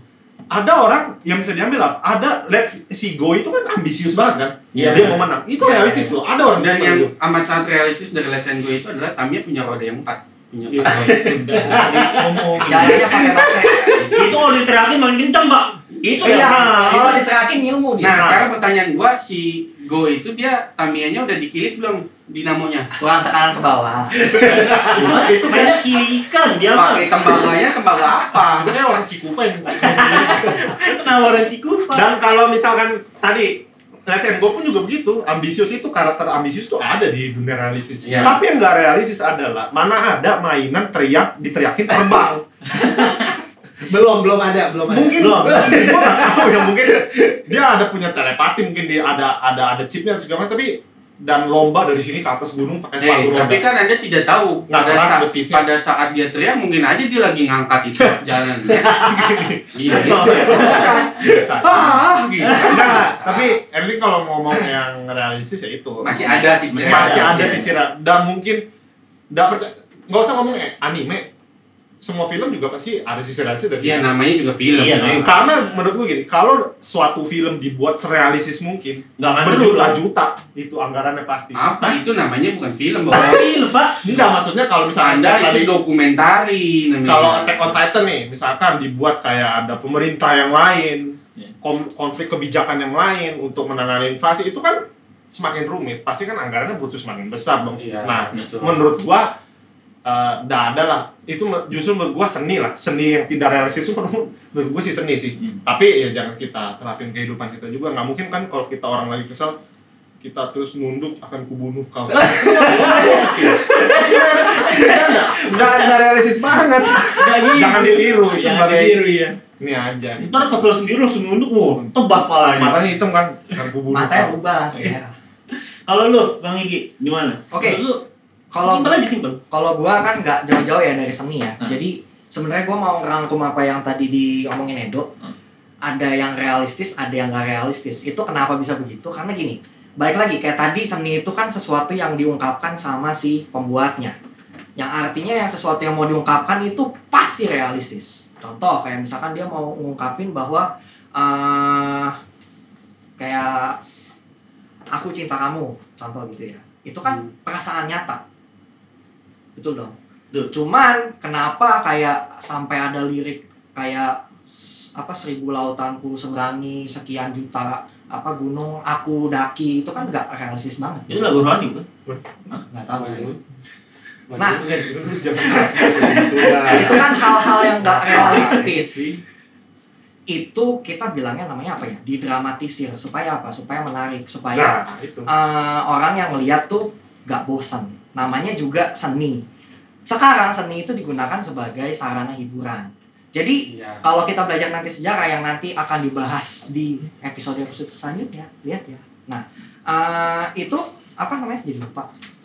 ada orang yang bisa diambil lah. Ada let's si Go itu kan ambisius banget kan. Iya. Dia mau menang. Itu realistis loh. Ada orang Dan seperti yang itu. amat sangat realistis dari Let's Go itu adalah Tamiya punya roda yang empat. Punya Iya. empat roda. ngomong Jalannya pakai baterai. itu kalau diteriakin makin kencang pak itu Iya, ya kalau diterakin ngilmu dia. Nah, sekarang pertanyaan gua si Go itu dia Tamiya-nya udah dikilip belum dinamonya? Kurang tekanan ke bawah. itu itu kayaknya kiri ikan dia mah Pakai tembaganya tembaga apa? Itu kayak orang Cikupa yang penawaran Cikupa. Dan kalau misalkan tadi Let's Go pun juga begitu, ambisius itu karakter ambisius tuh ada di dunia realistis. Iya. Tapi yang nggak realistis adalah mana ada mainan teriak diteriakin terbang. Belum, belum ada, belum ada. Mungkin Belum. gua nggak tahu ya, mungkin dia ada punya telepati, mungkin dia ada ada ada chipnya segala macam, tapi dan lomba dari sini ke atas gunung pakai sepatu Eh, roda. tapi kan Anda tidak tahu Nggak pada keras saat, betisnya. pada saat dia teriak mungkin aja dia lagi ngangkat itu jalan. Iya. Bisa. Ah, gitu. Nah, tapi Erli kalau ngomong yang realistis ya itu Masih ada sih. masih ada sisi ra- dan mungkin nggak percaya, nggak usah ngomong eh, anime, semua film juga pasti ada sisi realistis dari Iya, namanya juga film. Iya, Nah, karena menurut gue gini, kalau suatu film dibuat serealistis mungkin nggak akan berjuta-juta itu anggarannya pasti. apa itu namanya bukan film, Bang. tapi pak Enggak, maksudnya kalau misalnya Anda tadi itu dokumentari namanya. kalau Attack on Titan nih, misalkan dibuat kayak ada pemerintah yang lain, Iya. kom- konflik kebijakan yang lain untuk menangani invasi, itu kan semakin rumit, pasti kan anggarannya butuh semakin besar dong. Iya, Nah, betul. menurut gua eh, nggak ada lah. Itu me- justru menurut gua seni lah, seni yang tidak realistis itu menurut, menurut gua sih seni sih. Hmm. Tapi ya jangan kita terapin kehidupan kita juga. Nggak mungkin kan kalau kita orang lagi kesal kita terus nunduk akan kubunuh kau. Nggak nggak realistis banget. Jangan ditiru itu sebagai ya ini aja. ntar kesel sendiri langsung nunduk wow tebas palanya. Matanya hitam kan, akan kubunuh. Matanya kau. berubah langsung merah. Kalau lu bang Iki gimana? Oke. Menurut lu Kalau simpel aja simpel. kalau gua kan nggak jauh-jauh ya dari seni ya. Hmm. Jadi sebenarnya gua mau ngerangkum apa yang tadi diomongin Edo. Hmm. Ada yang realistis, ada yang nggak realistis. Itu kenapa bisa begitu? Karena gini, balik lagi kayak tadi seni itu kan sesuatu yang diungkapkan sama si pembuatnya. Yang artinya yang sesuatu yang mau diungkapkan itu pasti realistis. Contoh kayak misalkan dia mau ngungkapin bahwa eh kayak aku cinta kamu, contoh gitu ya. Itu kan perasaan nyata. Betul dong. Betul. Cuman kenapa kayak sampai ada lirik kayak s- apa seribu lautanku seberangi sekian juta apa gunung aku daki itu kan nggak realistis banget. Itu lagu rohani kan? Nggak tahu saya. Nah, Nah, Jangan kasih begitu lah. itu kan hal-hal yang nggak realistis. Itu kita bilangnya namanya apa ya? Didramatisir supaya apa? Supaya menarik, supaya Nah, itu. eh, orang yang lihat tuh nggak bosan. Namanya juga seni. Sekarang seni itu digunakan sebagai sarana hiburan. Jadi iya. kalau kita belajar nanti sejarah yang nanti akan dibahas di episode-episode selanjutnya, lihat ya. Nah, eh, itu apa namanya? Jadi lupa.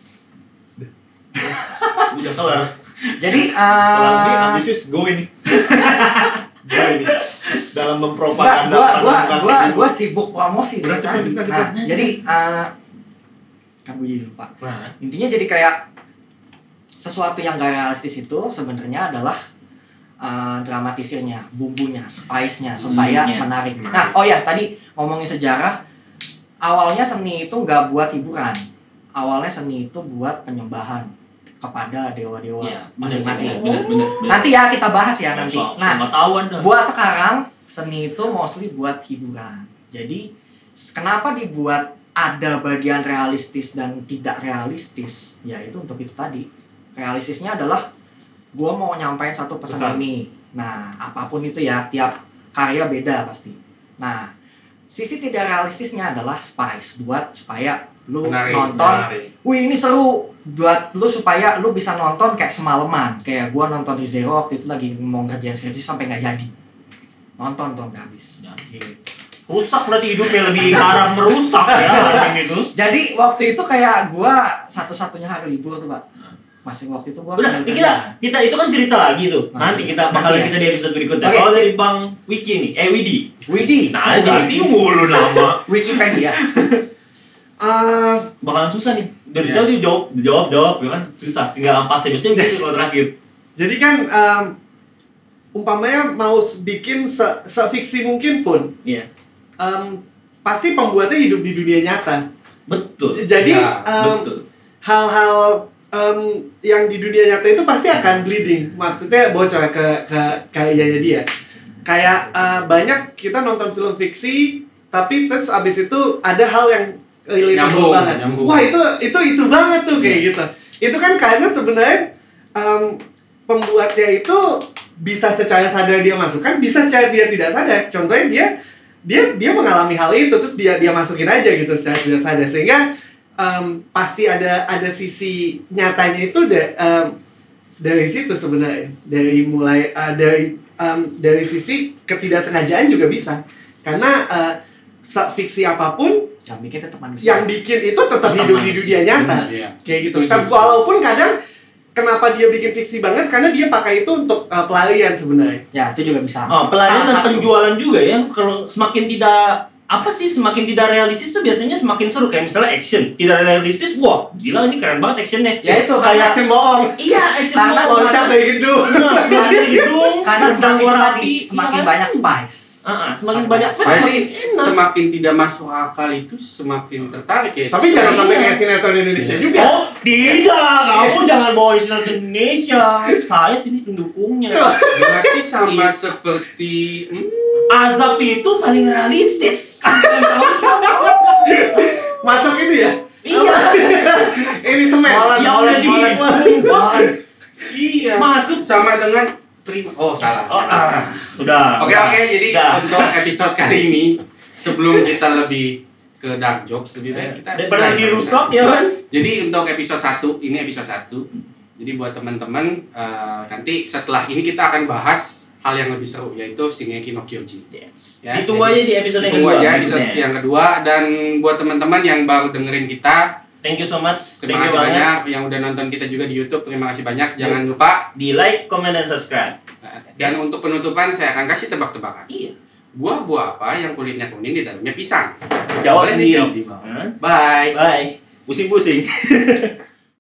Udah tahu lah. Jadi Kalau ini eh ambisius go ini. Go ini. Dalam Enggak, mempropaganda gua gua bukan gua itu. gua sibuk promosi Udah, dari cepet, tadi. cepet, Nah, cepet. jadi eh kan gue jadi lupa. Nah, Intinya jadi kayak sesuatu yang gak realistis itu sebenarnya adalah eh, dramatisirnya, bumbunya, spice-nya supaya Hmm, iya. menarik. Nah, oh ya tadi ngomongin sejarah, awalnya seni itu nggak buat hiburan. Awalnya seni itu buat penyembahan kepada dewa-dewa Iya, masing-masing. bener bener. Nanti ya kita bahas ya nanti. So- so Nah, pengetahuan dah. buat sekarang seni itu mostly buat hiburan. Jadi kenapa dibuat ada bagian realistis dan tidak realistis? Ya itu untuk itu tadi. Realistisnya adalah gue mau nyampein satu pesan Pesan. ini. Nah apapun itu ya tiap karya beda pasti. Nah sisi tidak realistisnya adalah spice buat supaya lu Menarik, nonton. menarik. Wih ini seru buat lu supaya lu bisa nonton kayak semalaman. Kayak gua nonton di Zero waktu itu lagi mau ngerjain skripsi sampai nggak jadi. Nonton tuh sampai habis. Ya. Gitu. Rusak berarti hidupnya lebih parah merusak ya anjing itu. Jadi waktu itu kayak gua satu-satunya hari libur tuh pak. Masih waktu itu gua Udah, sambil kita kerja. kita itu kan cerita lagi tuh. Nah, Nanti kita nanti bakalan ya. kita di episode berikutnya. Oke, Kalau sip. dari Bang Wiki nih, eh Widi. Widi. Nah, jadi mulu nama. Wikipedia. Eh, Bakalan susah nih. Dari Iya. jauh dia jawab, jawab, jawab, ya kan susah. Tinggal ampas aja biasanya gitu kalau terakhir. jadi kan em, umpamanya mau bikin se, se-fiksi mungkin pun, Iya. em, pasti pembuatnya hidup di dunia nyata. Betul. Jadi Ya, em, Betul. hal-hal em, yang di dunia nyata itu pasti akan bleeding. Maksudnya bocor ke ke karyanya dia. Kayak eh, banyak kita nonton film fiksi, tapi terus abis itu ada hal yang relatable Nyambung, banget. nyambung. Wah itu itu itu banget tuh kayak gitu. Itu kan karena sebenarnya em, pembuatnya itu bisa secara sadar dia masukkan, bisa secara dia tidak sadar. Contohnya dia dia dia mengalami hal itu terus dia dia masukin aja gitu secara tidak sadar sehingga em, pasti ada ada sisi nyatanya itu da, em, dari situ sebenarnya dari mulai uh, dari em, dari sisi ketidaksengajaan juga bisa karena uh, fiksi apapun Yang bikin tetap manusia. yang bikin itu tetap Tetap hidup di manusia. dunia nyata Iya. kayak gitu. Setuju, Tapi setuju. walaupun kadang kenapa dia bikin fiksi banget karena dia pakai itu untuk uh, pelarian sebenarnya. Ya, itu juga bisa. Oh, pelarian Salah dan satu. penjualan juga ya. Kalau semakin tidak apa sih semakin tidak realistis tuh biasanya semakin seru kayak misalnya action tidak realistis wah gila ini keren banget actionnya Ya itu, kayak Action bohong. iya action Karena bohong. Loncat dari gedung. Nah, dari gedung Karena dan semakin luar tadi, api, semakin iya kan? banyak spice. Ah, ah, semakin Semakin banyak banyak space Berarti semakin enak. semakin tidak masuk akal itu semakin tertarik ya. Tapi Terus jangan iya. sampai kayak sinetron Indonesia juga. Oh tidak, kamu jangan bawa istilah Indonesia. Saya sini pendukungnya. Berarti sama Iya. seperti hmm, Azab itu paling realistis. Masuk ini ya. Iya. Ini semen. Yang udah di iya Masuk. sama dengan terima. Oh salah. Oh, ah, sudah. Oke Udah. oke jadi Udah. untuk episode kali ini sebelum kita lebih ke dark jokes lebih baik kita Daripada sudahi. dirusak ya kan. Jadi untuk episode satu ini episode satu. Jadi buat teman-teman eh, nanti setelah ini kita akan bahas hal yang lebih seru yaitu Shingeki no Kyojin. Yes. Ya, Ditunggu jadi- aja di episode yang Tunggu kedua. aja episode berikutnya. yang kedua dan buat teman-teman yang baru dengerin kita Thank you so much. terima Thank you kasih banget. banyak yang udah nonton kita juga di YouTube terima kasih banyak jangan lupa Di like, comment, dan subscribe. dan untuk penutupan saya akan kasih tebak-tebakan Iya. buah-buah apa yang kulitnya kuning di dalamnya pisang Jawab Boleh sendiri. dijawab di bawah. Hah? bye Bye. Pusing-pusing.